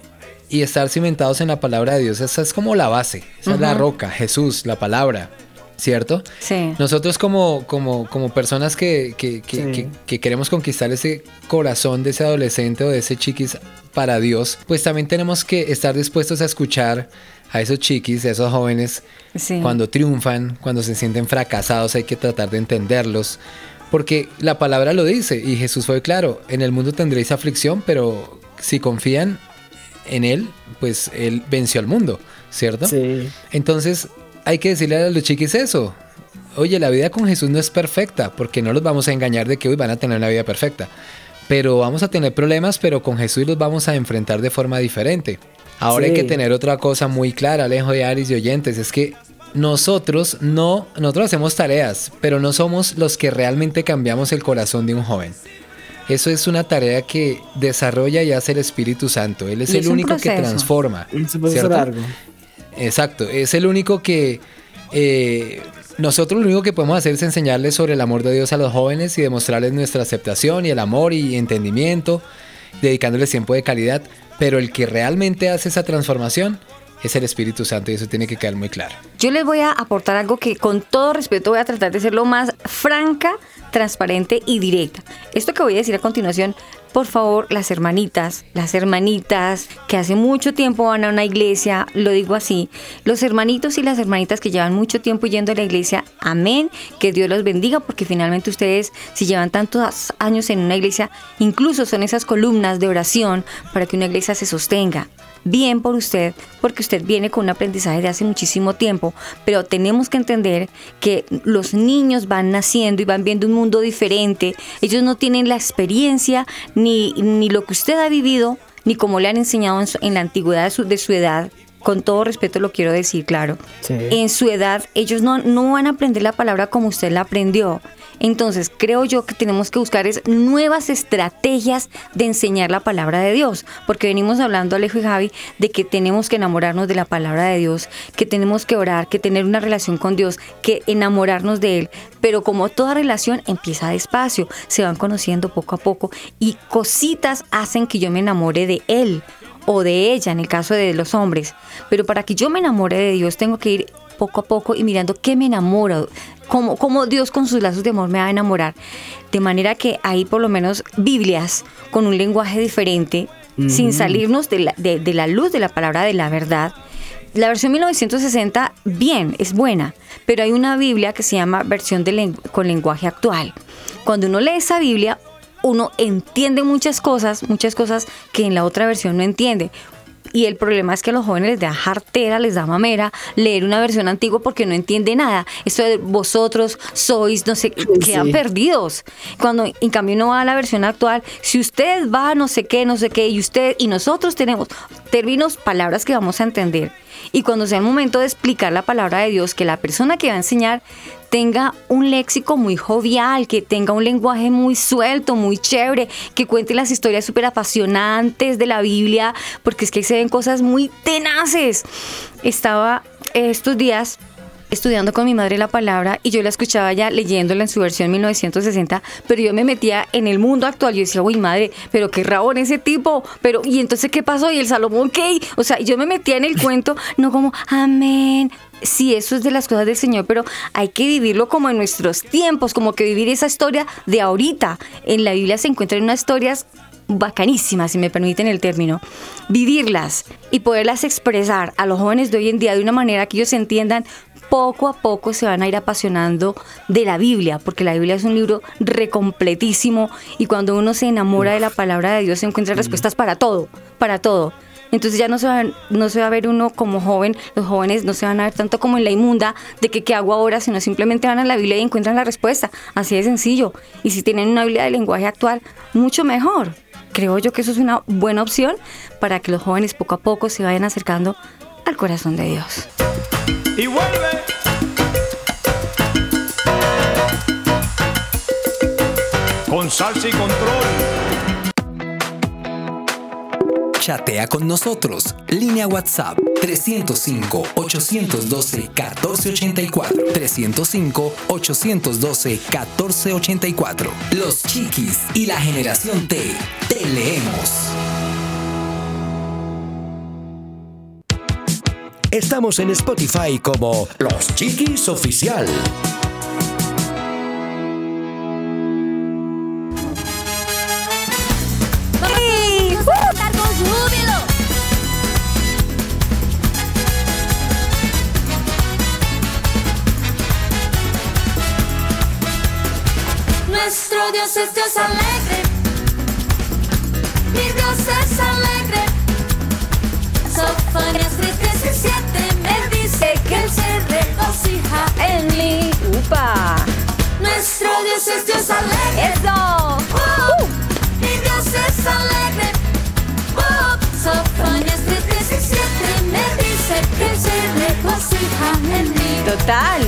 y estar cimentados en la palabra de Dios, esa es como la base, esa uh-huh. es la roca, Jesús, la palabra, ¿cierto? Sí. Nosotros como, como, como personas que, que, que, Sí. que, que queremos conquistar ese corazón de ese adolescente o de ese chiquis para Dios, pues también tenemos que estar dispuestos a escuchar a esos chiquis, a esos jóvenes, Sí. cuando triunfan, cuando se sienten fracasados, hay que tratar de entenderlos, porque la palabra lo dice, y Jesús fue claro: en el mundo tendréis aflicción, pero si confían en Él, pues Él venció al mundo, ¿cierto? Sí. Entonces hay que decirle a los chiquis eso: oye, la vida con Jesús no es perfecta, porque no los vamos a engañar de que hoy van a tener una vida perfecta, pero vamos a tener problemas, pero con Jesús los vamos a enfrentar de forma diferente. Ahora sí. Hay que tener otra cosa muy clara, Alejo y Aris y oyentes, es que nosotros no, nosotros hacemos tareas, pero no somos los que realmente cambiamos el corazón de un joven. Eso es una tarea que desarrolla y hace el Espíritu Santo. Él es Y el es un único que proceso. transforma. Es un proceso ¿cierto? largo. Exacto, es el único que... Eh, nosotros lo único que podemos hacer es enseñarles sobre el amor de Dios a los jóvenes y demostrarles nuestra aceptación y el amor y entendimiento, dedicándoles tiempo de calidad, pero el que realmente hace esa transformación es el Espíritu Santo, y eso tiene que quedar muy claro. Yo les voy a aportar algo que con todo respeto voy a tratar de ser lo más franca, transparente y directa. Esto que voy a decir a continuación, por favor, las hermanitas, las hermanitas que hace mucho tiempo van a una iglesia, lo digo así, los hermanitos y las hermanitas que llevan mucho tiempo yendo a la iglesia, amén, que Dios los bendiga, porque finalmente ustedes, si llevan tantos años en una iglesia, incluso son esas columnas de oración para que una iglesia se sostenga. Bien por usted, porque usted viene con un aprendizaje de hace muchísimo tiempo, pero tenemos que entender que los niños van naciendo y van viendo un mundo diferente. Ellos no tienen la experiencia ni, ni lo que usted ha vivido, ni como le han enseñado en, su, en la antigüedad de su, de su edad. Con todo respeto lo quiero decir, claro. Sí. En su edad, ellos no, no van a aprender la palabra como usted la aprendió. Entonces, creo yo que tenemos que buscar es nuevas estrategias de enseñar la palabra de Dios, porque venimos hablando, Alejo y Javi, de que tenemos que enamorarnos de la palabra de Dios, que tenemos que orar, que tener una relación con Dios, que enamorarnos de Él, pero como toda relación empieza despacio, se van conociendo poco a poco y cositas hacen que yo me enamore de Él o de ella, en el caso de los hombres, pero para que yo me enamore de Dios tengo que ir poco a poco y mirando qué me enamora, cómo, cómo Dios con sus lazos de amor me va a enamorar, de manera que hay por lo menos Biblias con un lenguaje diferente, mm. sin salirnos de la, de, de la luz de la palabra de la verdad. La versión mil novecientos sesenta, bien, es buena, pero hay una Biblia que se llama versión de lengu- con lenguaje actual. Cuando uno lee esa Biblia, uno entiende muchas cosas, muchas cosas que en la otra versión no entiende. Y el problema es que a los jóvenes les da jartera, les da mamera leer una versión antigua porque no entiende nada. Esto de vosotros sois, no sé, sí, quedan sí. perdidos. Cuando en cambio uno va a la versión actual, si usted va no sé qué, no sé qué, y usted y nosotros tenemos términos, palabras que vamos a entender. Y cuando sea el momento de explicar la palabra de Dios, que la persona que va a enseñar tenga un léxico muy jovial, que tenga un lenguaje muy suelto, muy chévere, que cuente las historias súper apasionantes de la Biblia, porque es que se ven cosas muy tenaces. Estaba estos días estudiando con mi madre la palabra y yo la escuchaba ya leyéndola en su versión mil novecientos sesenta, pero yo me metía en el mundo actual. Yo decía, uy madre, pero qué rabón ese tipo, pero y entonces qué pasó, y el Salomón qué, o sea, yo me metía en el cuento, no como amén. Sí, eso es de las cosas del Señor, pero hay que vivirlo como en nuestros tiempos, como que vivir esa historia de ahorita. En la Biblia se encuentran unas historias bacanísimas, si me permiten el término, vivirlas y poderlas expresar a los jóvenes de hoy en día de una manera que ellos entiendan. Poco a poco se van a ir apasionando de la Biblia, porque la Biblia es un libro recompletísimo y cuando uno se enamora de la palabra de Dios se encuentra respuestas para todo, para todo. Entonces ya no se, va, no se va a ver uno como joven, los jóvenes no se van a ver tanto como en la inmunda de que qué hago ahora, sino simplemente van a la Biblia y encuentran la respuesta, así de sencillo. Y si tienen una Biblia de lenguaje actual, mucho mejor. Creo yo que eso es una buena opción para que los jóvenes poco a poco se vayan acercando al corazón de Dios. Y vuelve. Con salsa y control. Chatea con nosotros. Línea WhatsApp trescientos cinco, ochocientos doce, catorce ochenta y cuatro. trescientos cinco, ochocientos doce, catorce ochenta y cuatro. Los Chiquis y la Generación T. Te leemos. Estamos en Spotify como Los Chiquis Oficial. Nuestro Dios es Dios alegre, mi Dios es alegre. Sofonías tres diecisiete me dice que Él se regocija en mí. ¡Upa! Nuestro Dios es Dios alegre. ¡Eso! Oh, uh. Mi Dios es alegre. Oh, Sofonías tres diecisiete me dice que Él se regocija en mí. Total.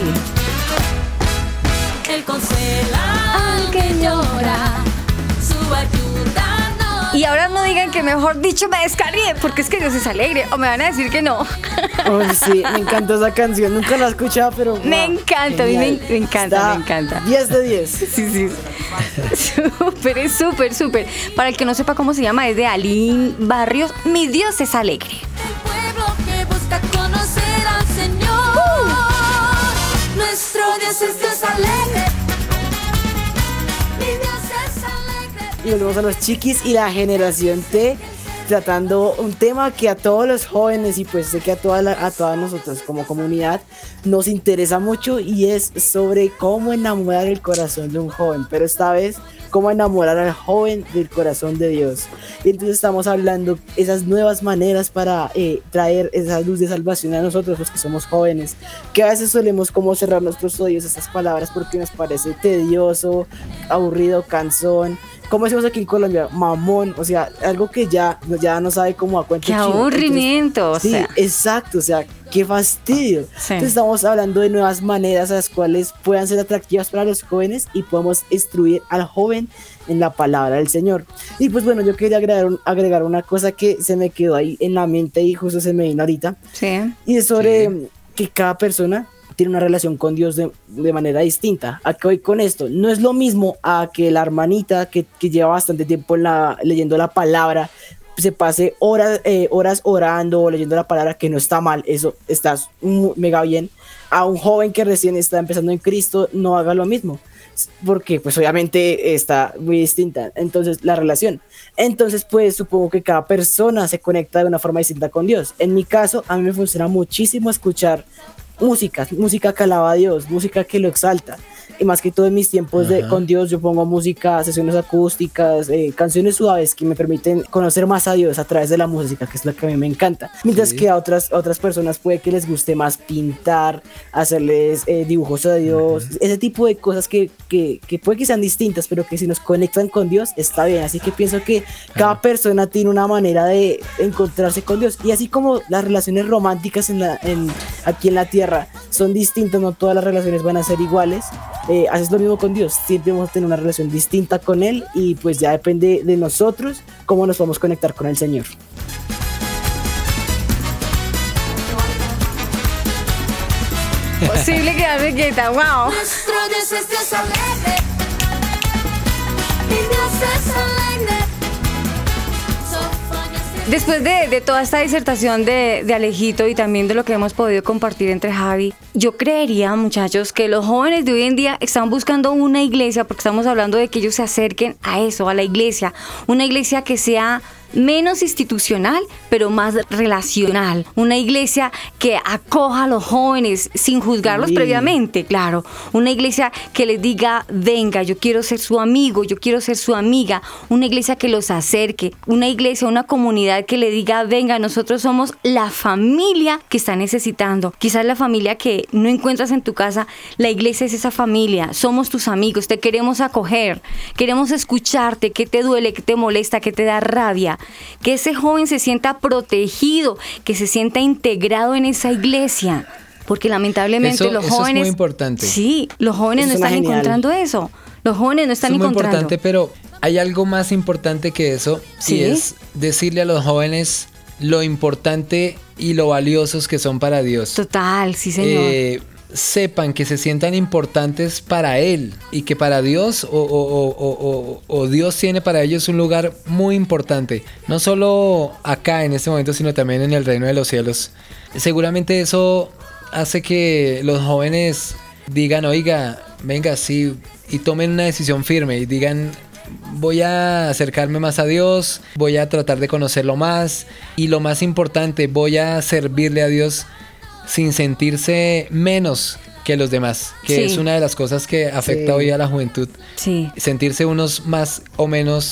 Él consela al que llora, su ayuda no. Y ahora no digan que mejor dicho me descargué, porque es que Dios es alegre, o me van a decir que no. Oh, sí, me encanta esa canción, nunca la he escuchado, pero wow, me encanta, genial. a mí me, me encanta, Está me encanta. diez de diez. Sí, sí. Súper, es súper, súper. Para el que no sepa cómo se llama, es de Aline Barrios, Mi Dios es alegre. El pueblo que busca conocer al Señor. Uh. Nuestro Dios es Dios alegre. Mi Dios es alegre. Y volvemos a los Chiquis y la Generación T, tratando un tema que a todos los jóvenes y pues sé que a todas a todas nosotros como comunidad nos interesa mucho, y es sobre cómo enamorar el corazón de un joven, pero esta vez cómo enamorar al joven del corazón de Dios. Y entonces estamos hablando esas nuevas maneras para eh, traer esa luz de salvación a nosotros los que somos jóvenes, que a veces solemos como cerrar nuestros oídos a estas palabras porque nos parece tedioso, aburrido, cansón. Como decimos aquí en Colombia, mamón, o sea, algo que ya, ya no sabe cómo a cuento ¡Qué chino. aburrimiento! Entonces, o sí, sea. exacto, o sea, qué fastidio. Sí. Entonces estamos hablando de nuevas maneras a las cuales puedan ser atractivas para los jóvenes y podemos instruir al joven en la palabra del Señor. Y pues bueno, yo quería agregar, un, agregar una cosa que se me quedó ahí en la mente y justo se me vino ahorita. Sí. Y es sobre sí. que cada persona tiene una relación con Dios de, de manera distinta. ¿A qué voy con esto? No es lo mismo a que la hermanita que, que lleva bastante tiempo en la, leyendo la palabra se pase horas, eh, horas orando o leyendo la palabra, que no está mal, eso está muy, mega bien. A un joven que recién está empezando en Cristo, no haga lo mismo, porque pues obviamente está muy distinta, entonces la relación. Entonces pues supongo que cada persona se conecta de una forma distinta con Dios. En mi caso, a mí me funciona muchísimo escuchar música, música que alaba a Dios, música que lo exalta. Y más que todo en mis tiempos de, con Dios, yo pongo música, sesiones acústicas, eh, canciones suaves que me permiten conocer más a Dios a través de la música, que es lo que a mí me encanta. Mientras sí. que a otras, otras personas puede que les guste más pintar, hacerles eh, dibujos a Dios, uh-huh. ese tipo de cosas que, que, que puede que sean distintas, pero que si nos conectan con Dios está bien. Así que pienso que cada uh-huh. persona tiene una manera de encontrarse con Dios. Y así como las relaciones románticas en la, en, aquí en la tierra son distintas, no todas las relaciones van a ser iguales. Eh, haces lo mismo con Dios, siempre vamos a tener una relación distinta con Él y pues ya depende de nosotros cómo nos vamos a conectar con el Señor. Posible que me quieta, wow. Nuestro Dios es Dios alegre, mi Dios es alegre. Después de, de toda esta disertación de, de Alejito y también de lo que hemos podido compartir entre Javi, yo creería, muchachos, que los jóvenes de hoy en día están buscando una iglesia, porque estamos hablando de que ellos se acerquen a eso, a la iglesia, una iglesia que sea menos institucional, pero más relacional. Una iglesia que acoja a los jóvenes sin juzgarlos sí. previamente, claro. Una iglesia que les diga, venga, yo quiero ser su amigo, yo quiero ser su amiga. Una iglesia que los acerque. Una iglesia, una comunidad que le diga, venga, nosotros somos la familia que está necesitando. Quizás la familia que no encuentras en tu casa, la iglesia es esa familia. Somos tus amigos, te queremos acoger, queremos escucharte, qué te duele, qué te molesta, qué te da rabia. Que ese joven se sienta protegido, que se sienta integrado en esa iglesia, porque lamentablemente eso, los eso jóvenes, es muy importante. Sí, los jóvenes eso no están genial. encontrando eso. Los jóvenes no están eso es muy encontrando. Importante, pero hay algo más importante que eso, ¿sí? Y es decirle a los jóvenes lo importante y lo valiosos que son para Dios. Total, sí, señor. Eh, sepan que se sientan importantes para Él y que para Dios o, o, o, o, o Dios tiene para ellos un lugar muy importante, no solo acá en este momento, sino también en el reino de los cielos. Seguramente eso hace que los jóvenes digan, oiga, venga, sí, y tomen una decisión firme y digan, voy a acercarme más a Dios, voy a tratar de conocerlo más y lo más importante, voy a servirle a Dios sin sentirse menos que los demás, que sí. es una de las cosas que afecta sí. hoy a la juventud. Sí. Sentirse unos más o menos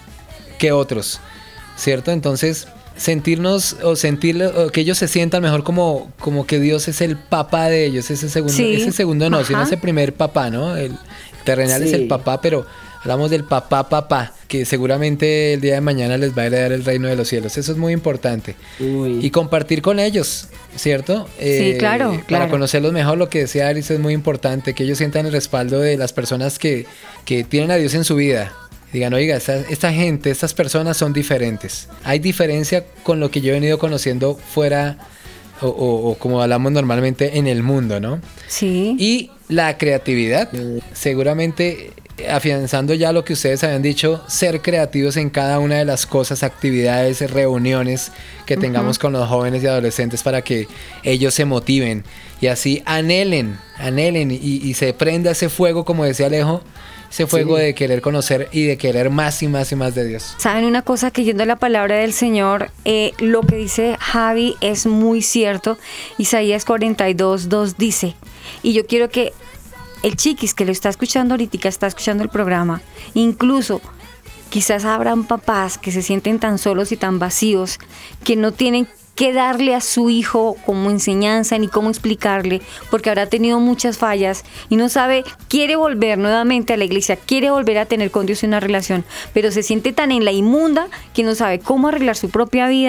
que otros, ¿cierto? Entonces, sentirnos o sentir o que ellos se sientan mejor como, como que Dios es el papá de ellos, ese segundo, sí. ese segundo no, Ajá. sino ese primer papá, ¿no? El terrenal sí. es el papá, pero hablamos del papá papá, que seguramente el día de mañana les va a heredar el reino de los cielos. Eso es muy importante. Uy. Y compartir con ellos, ¿cierto? Eh, sí, claro, Para claro. conocerlos mejor, lo que decía Aris es muy importante, que ellos sientan el respaldo de las personas que, que tienen a Dios en su vida. Digan, oiga, esta, esta gente, estas personas son diferentes. Hay diferencia con lo que yo he venido conociendo fuera o, o, o como hablamos normalmente en el mundo, ¿no? Sí. Y la creatividad, seguramente afianzando ya lo que ustedes habían dicho, ser creativos en cada una de las cosas, actividades, reuniones que tengamos uh-huh. con los jóvenes y adolescentes para que ellos se motiven y así anhelen, anhelen y, y se prenda ese fuego, como decía Alejo, ese fuego sí. de querer conocer y de querer más y más y más de Dios. ¿Saben una cosa? Que yendo a la palabra del Señor, eh, lo que dice Javi es muy cierto. Isaías cuarenta y dos, dos dice, y yo quiero que el chiquis que lo está escuchando ahorita, está escuchando el programa, incluso quizás habrán papás que se sienten tan solos y tan vacíos que no tienen que darle a su hijo como enseñanza ni cómo explicarle, porque habrá tenido muchas fallas y no sabe, quiere volver nuevamente a la iglesia, quiere volver a tener con Dios una relación, pero se siente tan en la inmunda que no sabe cómo arreglar su propia vida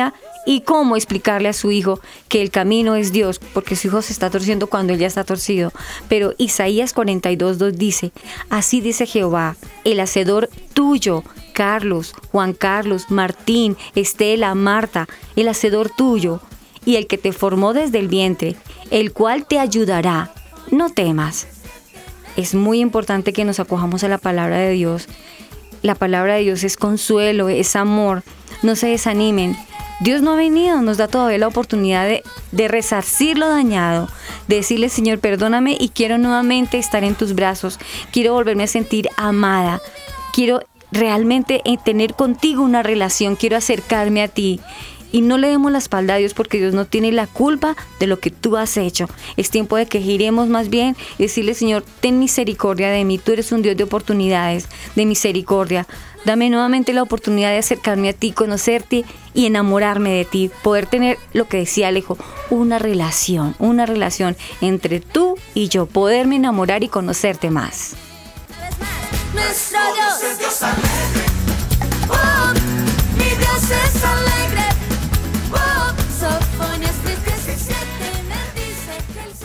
y cómo explicarle a su hijo que el camino es Dios, porque su hijo se está torciendo cuando él ya está torcido. Pero Isaías cuarenta y dos, dos dice, así dice Jehová, el hacedor tuyo, Carlos, Juan Carlos, Martín, Estela, Marta, el hacedor tuyo, y el que te formó desde el vientre, el cual te ayudará, no temas. Es muy importante que nos acojamos a la palabra de Dios. La palabra de Dios es consuelo, es amor. No se desanimen. Dios no ha venido, nos da todavía la oportunidad de, de resarcir lo dañado, de decirle, Señor, perdóname y quiero nuevamente estar en tus brazos. Quiero volverme a sentir amada. Quiero realmente tener contigo una relación. Quiero acercarme a ti. Y no le demos la espalda a Dios porque Dios no tiene la culpa de lo que tú has hecho. Es tiempo de que giremos más bien y decirle, Señor, ten misericordia de mí. Tú eres un Dios de oportunidades, de misericordia. Dame nuevamente la oportunidad de acercarme a ti, conocerte y enamorarme de ti. Poder tener lo que decía Alejo, una relación, una relación entre tú y yo. Poderme enamorar y conocerte más. Nuestro Dios es Dios alegre. Oh, mi Dios es alegre. Oh, Sofonías tres diecisiete me dice que Él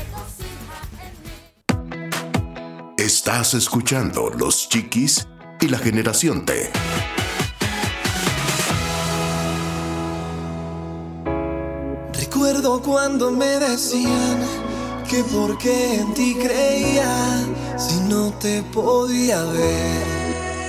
se regocija en mí. Estás escuchando Los Chiquis y la Generación T. Recuerdo cuando me decían que por qué en ti creía si no te podía ver.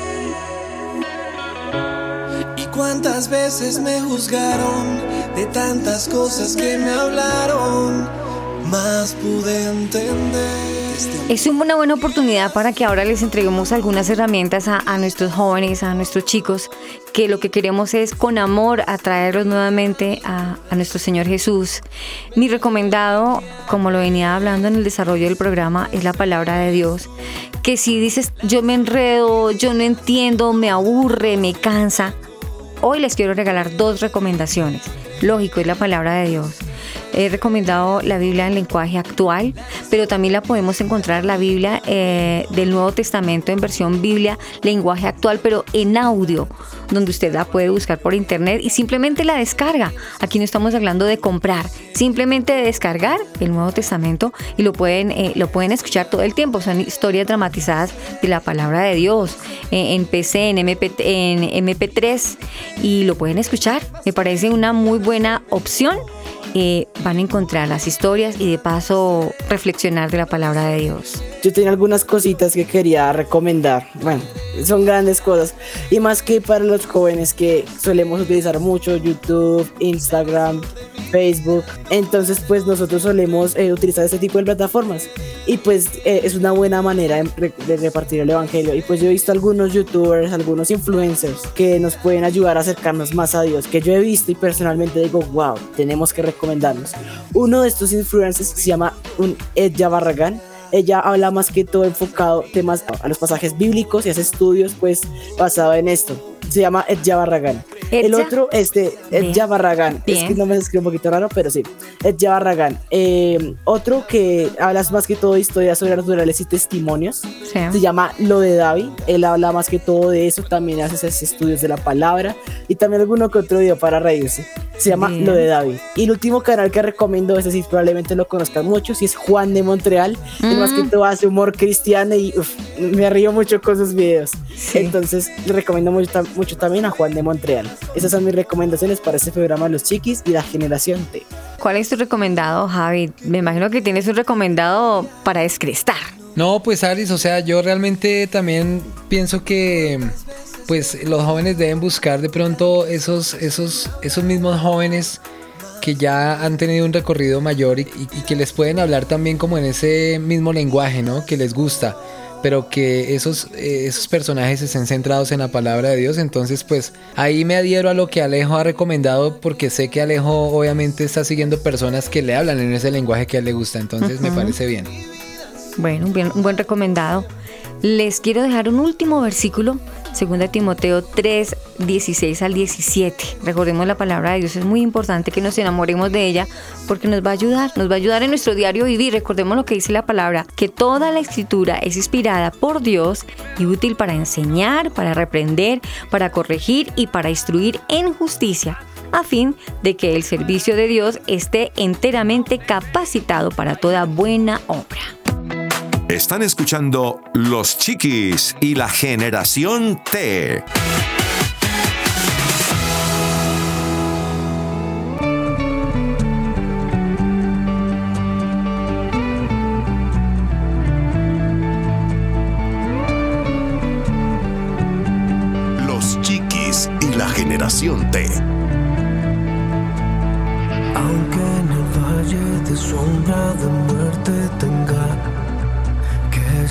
Y cuántas veces me juzgaron de tantas cosas que me hablaron, más pude entender. Es una buena oportunidad para que ahora les entreguemos algunas herramientas a, a nuestros jóvenes, a nuestros chicos, que lo que queremos es con amor atraerlos nuevamente a, a nuestro Señor Jesús. Mi recomendado, como lo venía hablando en el desarrollo del programa, es la palabra de Dios. Que si dices, yo me enredo, yo no entiendo, me aburre, me cansa, hoy les quiero regalar dos recomendaciones. Lógico, es la palabra de Dios. He recomendado la Biblia en lenguaje actual, pero también la podemos encontrar, la Biblia eh, del Nuevo Testamento en versión Biblia, lenguaje actual, pero en audio, donde usted la puede buscar por internet y simplemente la descarga. Aquí no estamos hablando de comprar, simplemente de descargar el Nuevo Testamento y lo pueden, eh, lo pueden escuchar todo el tiempo. Son historias dramatizadas de la palabra de Dios eh, en P C, en M P, en M P tres, y lo pueden escuchar. Me parece una muy buena opción. Eh, van a encontrar las historias y de paso reflexionar de la palabra de Dios. Yo tenía algunas cositas que quería recomendar. Bueno, son grandes cosas. Y más que para los jóvenes que solemos utilizar mucho YouTube, Instagram, Facebook. Entonces pues nosotros solemos eh, utilizar este tipo de plataformas. Y pues eh, es una buena manera de, de repartir el evangelio. Y pues yo he visto algunos youtubers, algunos influencers que nos pueden ayudar a acercarnos más a Dios. Que yo he visto y personalmente digo, wow, tenemos que recomendarnos. Uno de estos influencers se llama un Edja Barragán. Ella habla más que todo enfocado temas a los pasajes bíblicos y hace estudios pues basado en esto. Se llama Edja Barragán. ¿Edja? El otro, este, Edja Barragán. Es que no me escribe un poquito raro, pero sí. Edja Barragán. Eh, otro que habla más que todo de historias sobrenaturales y testimonios. Sí. Se llama Lo de David. Él habla más que todo de eso. También hace esos estudios de la palabra. Y también alguno que otro video para reírse. Se llama Bien. Lo de David. Y el último canal que recomiendo, ese sí probablemente lo conozcan muchos, y es Juan de Montreal. Mm. Él más que todo hace humor cristiano y uf, me río mucho con sus videos. Sí. Entonces le recomiendo mucho, mucho también a Juan de Montreal. Esas son mis recomendaciones para este programa Los Chiquis y la Generación T. ¿Cuál es tu recomendado, Javi? Me imagino que tienes un recomendado para descrestar. No, pues Aris, o sea, yo realmente también pienso que pues los jóvenes deben buscar de pronto esos, esos, esos mismos jóvenes que ya han tenido un recorrido mayor y, y, y que les pueden hablar también como en ese mismo lenguaje, ¿no? Que les gusta, pero que esos, eh, esos personajes estén centrados en la palabra de Dios. Entonces pues ahí me adhiero a lo que Alejo ha recomendado, porque sé que Alejo obviamente está siguiendo personas que le hablan en ese lenguaje que a él le gusta. Entonces uh-huh. me parece bien. Bueno, un, bien, un buen recomendado. Les quiero dejar un último versículo, segunda Timoteo tres, dieciséis al diecisiete. Recordemos la palabra de Dios, es muy importante que nos enamoremos de ella porque nos va a ayudar, nos va a ayudar en nuestro diario vivir. Recordemos lo que dice la palabra, que toda la escritura es inspirada por Dios y útil para enseñar, para reprender, para corregir y para instruir en justicia, a fin de que el servicio de Dios esté enteramente capacitado para toda buena obra. Están escuchando Los Chiquis y la Generación T. Los Chiquis y la Generación T. Aunque en el valle de sombra de muerte tenga que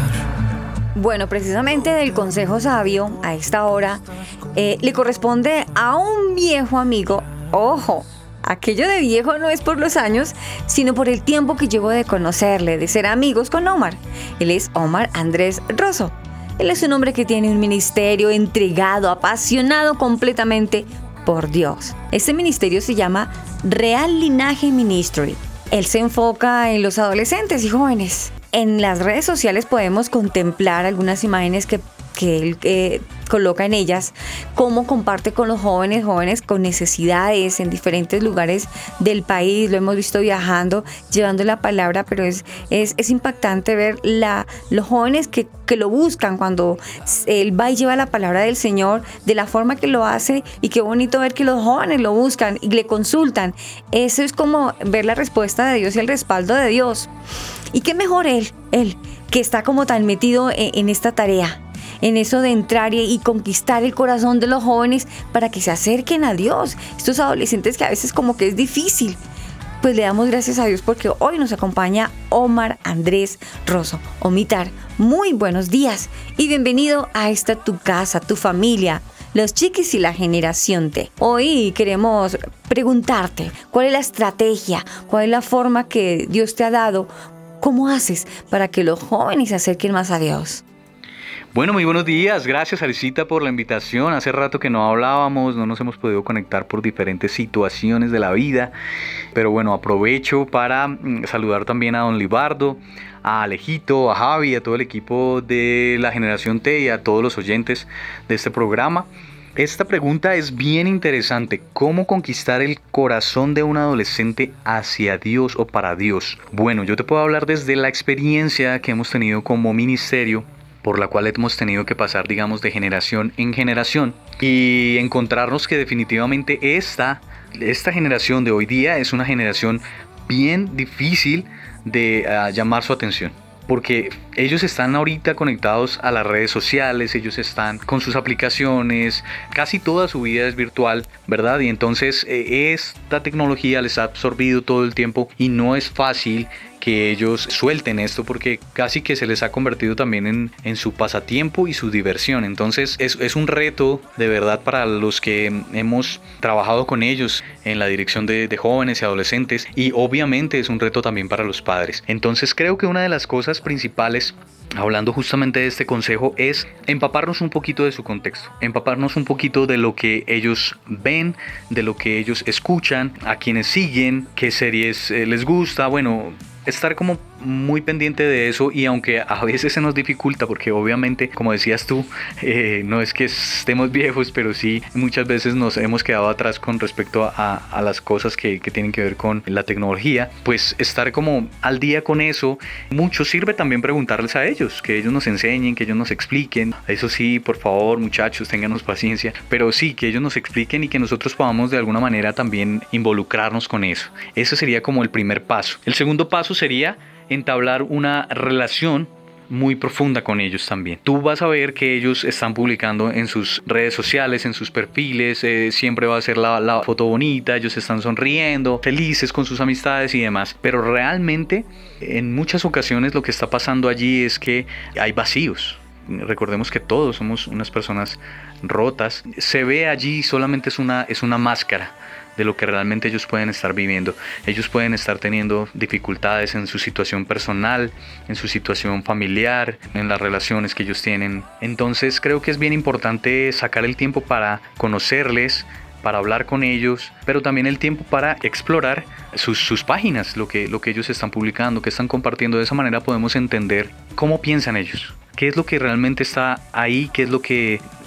estar. Bueno, precisamente del consejo sabio a esta hora eh, le corresponde a un viejo amigo. Ojo, aquello de viejo no es por los años, sino por el tiempo que llevo de conocerle, de ser amigos con Omar. Él es Omar Andrés Rosso. Él es un hombre que tiene un ministerio entregado, apasionado completamente por Dios. Este ministerio se llama Real Linaje Ministry. Él se enfoca en los adolescentes y jóvenes. En las redes sociales podemos contemplar algunas imágenes que, que él eh, coloca en ellas, cómo comparte con los jóvenes, jóvenes con necesidades en diferentes lugares del país. Lo hemos visto viajando, llevando la palabra, pero es, es, es impactante ver la, los jóvenes que, que lo buscan cuando él va y lleva la palabra del Señor, de la forma que lo hace, y qué bonito ver que los jóvenes lo buscan y le consultan. Eso es como ver la respuesta de Dios y el respaldo de Dios. Y qué mejor él, él, que está como tan metido en, en esta tarea, en eso de entrar y, y conquistar el corazón de los jóvenes para que se acerquen a Dios. Estos adolescentes que a veces como que es difícil. Pues le damos gracias a Dios porque hoy nos acompaña Omar Andrés Rosso. Omitar, muy buenos días y bienvenido a esta tu casa, tu familia, Los Chiquis y la Generación T. Hoy queremos preguntarte cuál es la estrategia, cuál es la forma que Dios te ha dado. ¿Cómo haces para que los jóvenes se acerquen más a Dios? Bueno, muy buenos días. Gracias, Alicita, por la invitación. Hace rato que no hablábamos, no nos hemos podido conectar por diferentes situaciones de la vida. Pero bueno, aprovecho para mm, saludar también a don Libardo, a Alejito, a Javi, a todo el equipo de la Generación T y a todos los oyentes de este programa. Esta pregunta es bien interesante. ¿Cómo conquistar el corazón de un adolescente hacia Dios o para Dios? Bueno, yo te puedo hablar desde la experiencia que hemos tenido como ministerio, por la cual hemos tenido que pasar, digamos, de generación en generación y encontrarnos que definitivamente esta, esta generación de hoy día es una generación bien difícil de uh, llamar su atención. Porque ellos están ahorita conectados a las redes sociales, ellos están con sus aplicaciones, casi toda su vida es virtual, ¿verdad? Y entonces eh, esta tecnología les ha absorbido todo el tiempo y no es fácil que ellos suelten esto porque casi que se les ha convertido también en, en su pasatiempo y su diversión. Entonces es, es un reto de verdad para los que hemos trabajado con ellos en la dirección de, de jóvenes y adolescentes, y obviamente es un reto también para los padres. Entonces creo que una de las cosas principales, hablando justamente de este consejo, es empaparnos un poquito de su contexto, empaparnos un poquito de lo que ellos ven, de lo que ellos escuchan, a quienes siguen, qué series eh, les gusta, bueno, estar como muy pendiente de eso. Y aunque a veces se nos dificulta porque obviamente, como decías tú, eh, no es que estemos viejos, pero sí muchas veces nos hemos quedado atrás con respecto a, a las cosas que, que tienen que ver con la tecnología, pues estar como al día con eso. Mucho sirve también preguntarles a ellos, que ellos nos enseñen, que ellos nos expliquen. Eso sí, por favor, muchachos, ténganos paciencia, pero sí, que ellos nos expliquen y que nosotros podamos de alguna manera también involucrarnos con eso. Ese sería como el primer paso. El segundo paso sería entablar una relación muy profunda con ellos también. Tú vas a ver que ellos están publicando en sus redes sociales, en sus perfiles, eh, siempre va a ser la, la foto bonita, ellos están sonriendo, felices con sus amistades y demás, pero realmente en muchas ocasiones lo que está pasando allí es que hay vacíos. Recordemos que todos somos unas personas rotas. Se ve allí solamente es una, es una máscara de lo que realmente ellos pueden estar viviendo. Ellos pueden estar teniendo dificultades en su situación personal, en su situación familiar, en las relaciones que ellos tienen. Entonces creo que es bien importante sacar el tiempo para conocerles, para hablar con ellos, pero también el tiempo para explorar sus, sus páginas, lo que, lo que ellos están publicando, que están compartiendo. De esa manera podemos entender cómo piensan ellos, qué es lo que realmente está ahí, qué es lo que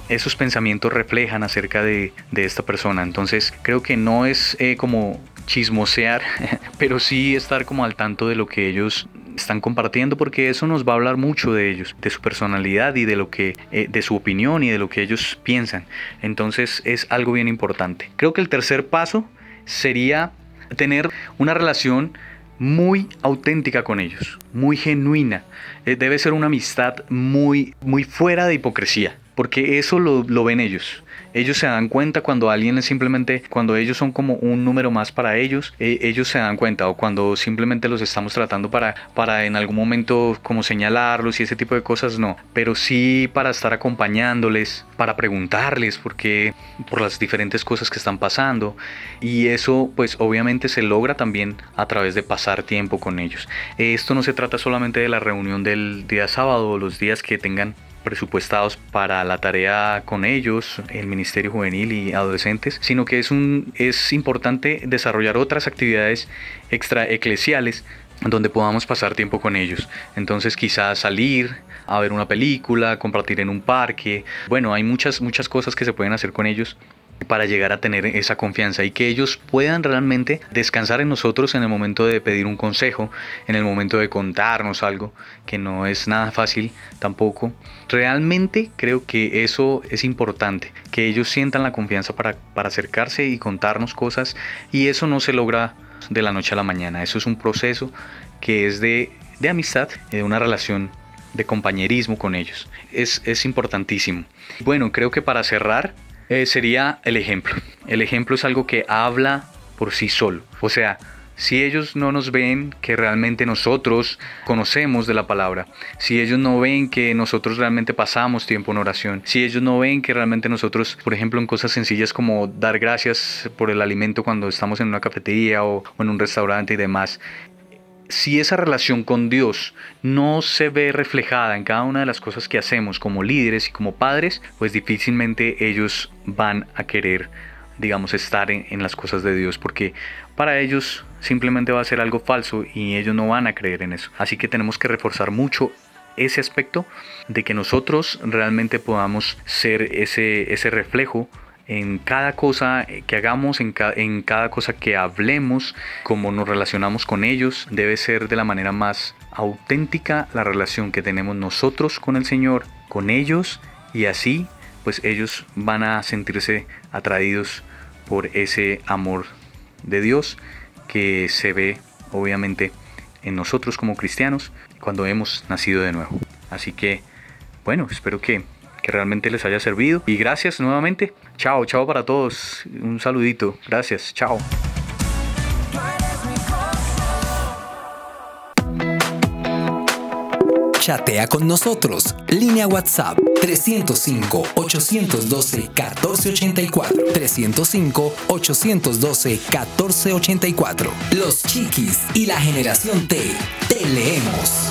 esos pensamientos reflejan acerca de, de esta persona. Entonces creo que no es eh, como chismosear, pero sí estar como al tanto de lo que ellos están compartiendo, porque eso nos va a hablar mucho de ellos, de su personalidad y de lo que, eh, de su opinión y de lo que ellos piensan. Entonces es algo bien importante. Creo que el tercer paso sería tener una relación muy auténtica con ellos, muy genuina. Eh, debe ser una amistad muy, muy fuera de hipocresía, porque eso lo, lo ven ellos. Ellos se dan cuenta cuando alguien es simplemente, cuando ellos son como un número más para ellos, eh, ellos se dan cuenta, o cuando simplemente los estamos tratando para, para en algún momento como señalarlos y ese tipo de cosas, no. Pero sí para estar acompañándoles, para preguntarles por qué, por las diferentes cosas que están pasando. Y eso pues obviamente se logra también a través de pasar tiempo con ellos. Esto no se trata solamente de la reunión del día sábado o los días que tengan presupuestados para la tarea con ellos, el Ministerio Juvenil y Adolescentes, sino que es, un, es importante desarrollar otras actividades extraeclesiales donde podamos pasar tiempo con ellos. Entonces quizás salir a ver una película, compartir en un parque. Bueno, hay muchas, muchas cosas que se pueden hacer con ellos para llegar a tener esa confianza y que ellos puedan realmente descansar en nosotros en el momento de pedir un consejo, en el momento de contarnos algo, que no es nada fácil tampoco. Realmente creo que eso es importante, que ellos sientan la confianza para, para acercarse y contarnos cosas, y eso no se logra de la noche a la mañana. Eso es un proceso que es de, de amistad, de una relación de compañerismo con ellos. Es, es importantísimo. Bueno, creo que para cerrar, Eh, sería el ejemplo. El ejemplo es algo que habla por sí solo. O sea, si ellos no nos ven que realmente nosotros conocemos de la palabra, si ellos no ven que nosotros realmente pasamos tiempo en oración, si ellos no ven que realmente nosotros, por ejemplo, en cosas sencillas como dar gracias por el alimento cuando estamos en una cafetería o, o en un restaurante y demás, si esa relación con Dios no se ve reflejada en cada una de las cosas que hacemos como líderes y como padres, pues difícilmente ellos van a querer, digamos, estar en, en las cosas de Dios, porque para ellos simplemente va a ser algo falso y ellos no van a creer en eso. Así que tenemos que reforzar mucho ese aspecto de que nosotros realmente podamos ser ese, ese reflejo en cada cosa que hagamos, en, ca en cada cosa que hablemos, cómo nos relacionamos con ellos. Debe ser de la manera más auténtica la relación que tenemos nosotros con el Señor, con ellos, y así pues ellos van a sentirse atraídos por ese amor de Dios que se ve obviamente en nosotros como cristianos cuando hemos nacido de nuevo. Así que bueno, espero que que realmente les haya servido. Y gracias nuevamente. Chao, chao para todos. Un saludito. Gracias. Chao. Chatea con nosotros. Línea WhatsApp trescientos cinco, ochocientos doce, catorce ochenta y cuatro. trescientos cinco, ochocientos doce, catorce ochenta y cuatro. Los Chiquis y la Generación T. Te leemos.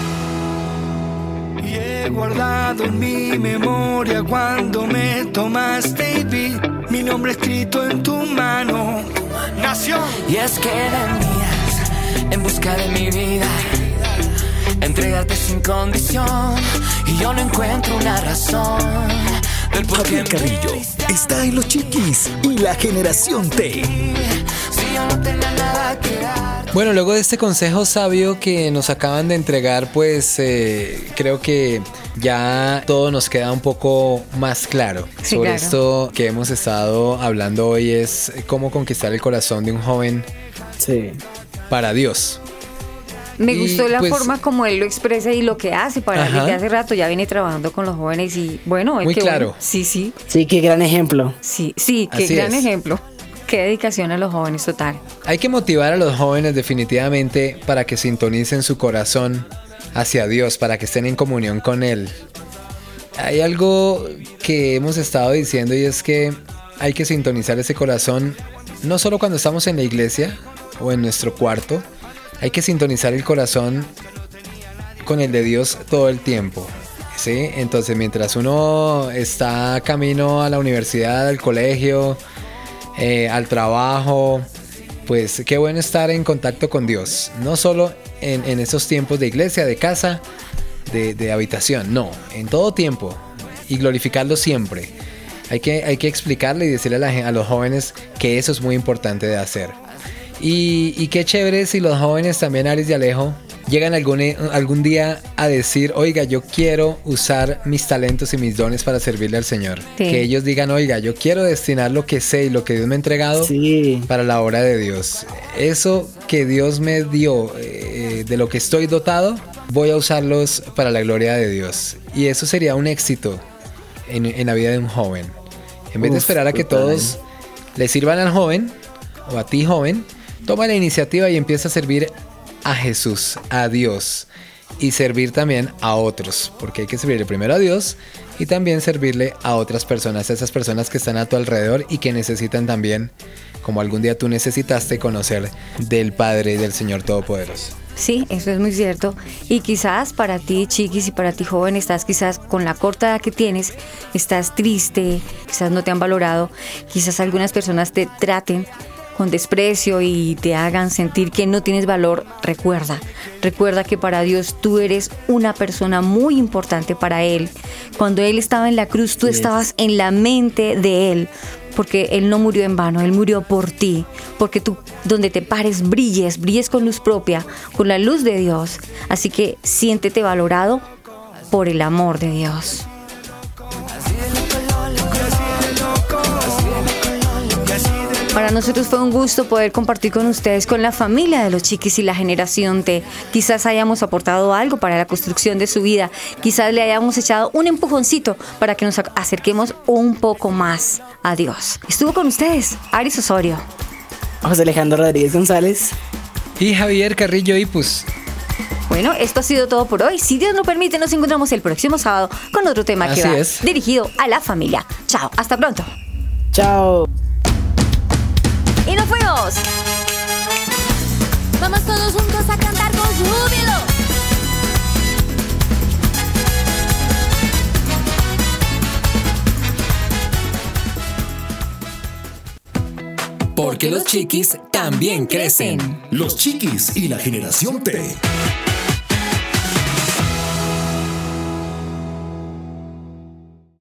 Y he guardado en mi memoria cuando me tomaste y vi mi nombre escrito en tu mano. Nación. Y es que venías en busca de mi vida, entregarte sin condición, y yo no encuentro una razón del por qué. Javier Carrillo está en Los Chiquis y la Generación T. Si yo no tenía nada que dar. Bueno, luego de este consejo sabio que nos acaban de entregar, pues eh, creo que ya todo nos queda un poco más claro. Sí, sobre claro. Esto que hemos estado hablando hoy es cómo conquistar el corazón de un joven sí. para Dios. Me Y, gustó la pues, forma como él lo expresa y lo que hace. Para Ajá. desde hace rato ya viene trabajando con los jóvenes y bueno, es Muy que claro. bueno, sí, sí, Sí, qué gran ejemplo. sí, sí, qué Así gran es. ejemplo. Qué dedicación a los jóvenes, total. Hay que motivar a los jóvenes definitivamente para que sintonicen su corazón hacia Dios, para que estén en comunión con Él. Hay algo que hemos estado diciendo y es que hay que sintonizar ese corazón no solo cuando estamos en la iglesia o en nuestro cuarto, hay que sintonizar el corazón con el de Dios todo el tiempo. ¿Sí? Entonces mientras uno está camino a la universidad, al colegio, Eh, al trabajo, pues qué bueno estar en contacto con Dios, no solo en, en esos tiempos de iglesia, de casa, de, de habitación, no, en todo tiempo. y glorificarlo siempre. Hay que, hay que explicarle y decirle a, la, a los jóvenes que eso es muy importante de hacer. Y, y qué chévere si los jóvenes también, Aris y Alejo, llegan algún, algún día a decir, oiga, yo quiero usar mis talentos y mis dones para servirle al Señor. Sí. Que ellos digan, oiga, yo quiero destinar lo que sé y lo que Dios me ha entregado sí. para la obra de Dios. Eso que Dios me dio, eh, de lo que estoy dotado, voy a usarlos para la gloria de Dios. Y eso sería un éxito en, en la vida de un joven. En vez Uf, de esperar a que totalmente. todos le sirvan al joven, o a ti joven, toma la iniciativa y empieza a servir a Jesús, a Dios, y servir también a otros, porque hay que servirle primero a Dios y también servirle a otras personas, a esas personas que están a tu alrededor y que necesitan también, como algún día tú necesitaste, conocer del Padre y del Señor Todopoderoso. Sí, eso es muy cierto. Y quizás para ti, chiquis, y para ti, joven, estás quizás con la corta edad que tienes, estás triste, quizás no te han valorado, quizás algunas personas te traten con desprecio y te hagan sentir que no tienes valor. Recuerda, recuerda que para Dios tú eres una persona muy importante para Él. Cuando Él estaba en la cruz, tú yes. estabas en la mente de Él, porque Él no murió en vano, Él murió por ti, porque tú donde te pares brilles, brilles con luz propia, con la luz de Dios. Así que siéntete valorado por el amor de Dios. Para nosotros fue un gusto poder compartir con ustedes, con la familia de los Chiquis y la generación T. Quizás hayamos aportado algo para la construcción de su vida, quizás le hayamos echado un empujoncito para que nos acerquemos un poco más a Dios. Estuvo con ustedes Aris Osorio, José Alejandro Rodríguez González y Javier Carrillo Ipus. Bueno, esto ha sido todo por hoy. Si Dios lo permite, nos encontramos el próximo sábado con otro tema Así que va es. dirigido a la familia. Chao, hasta pronto. Chao. ¡Y nos fuimos! Vamos todos juntos a cantar con júbilo. Porque los chiquis también crecen. Los Chiquis y la generación T.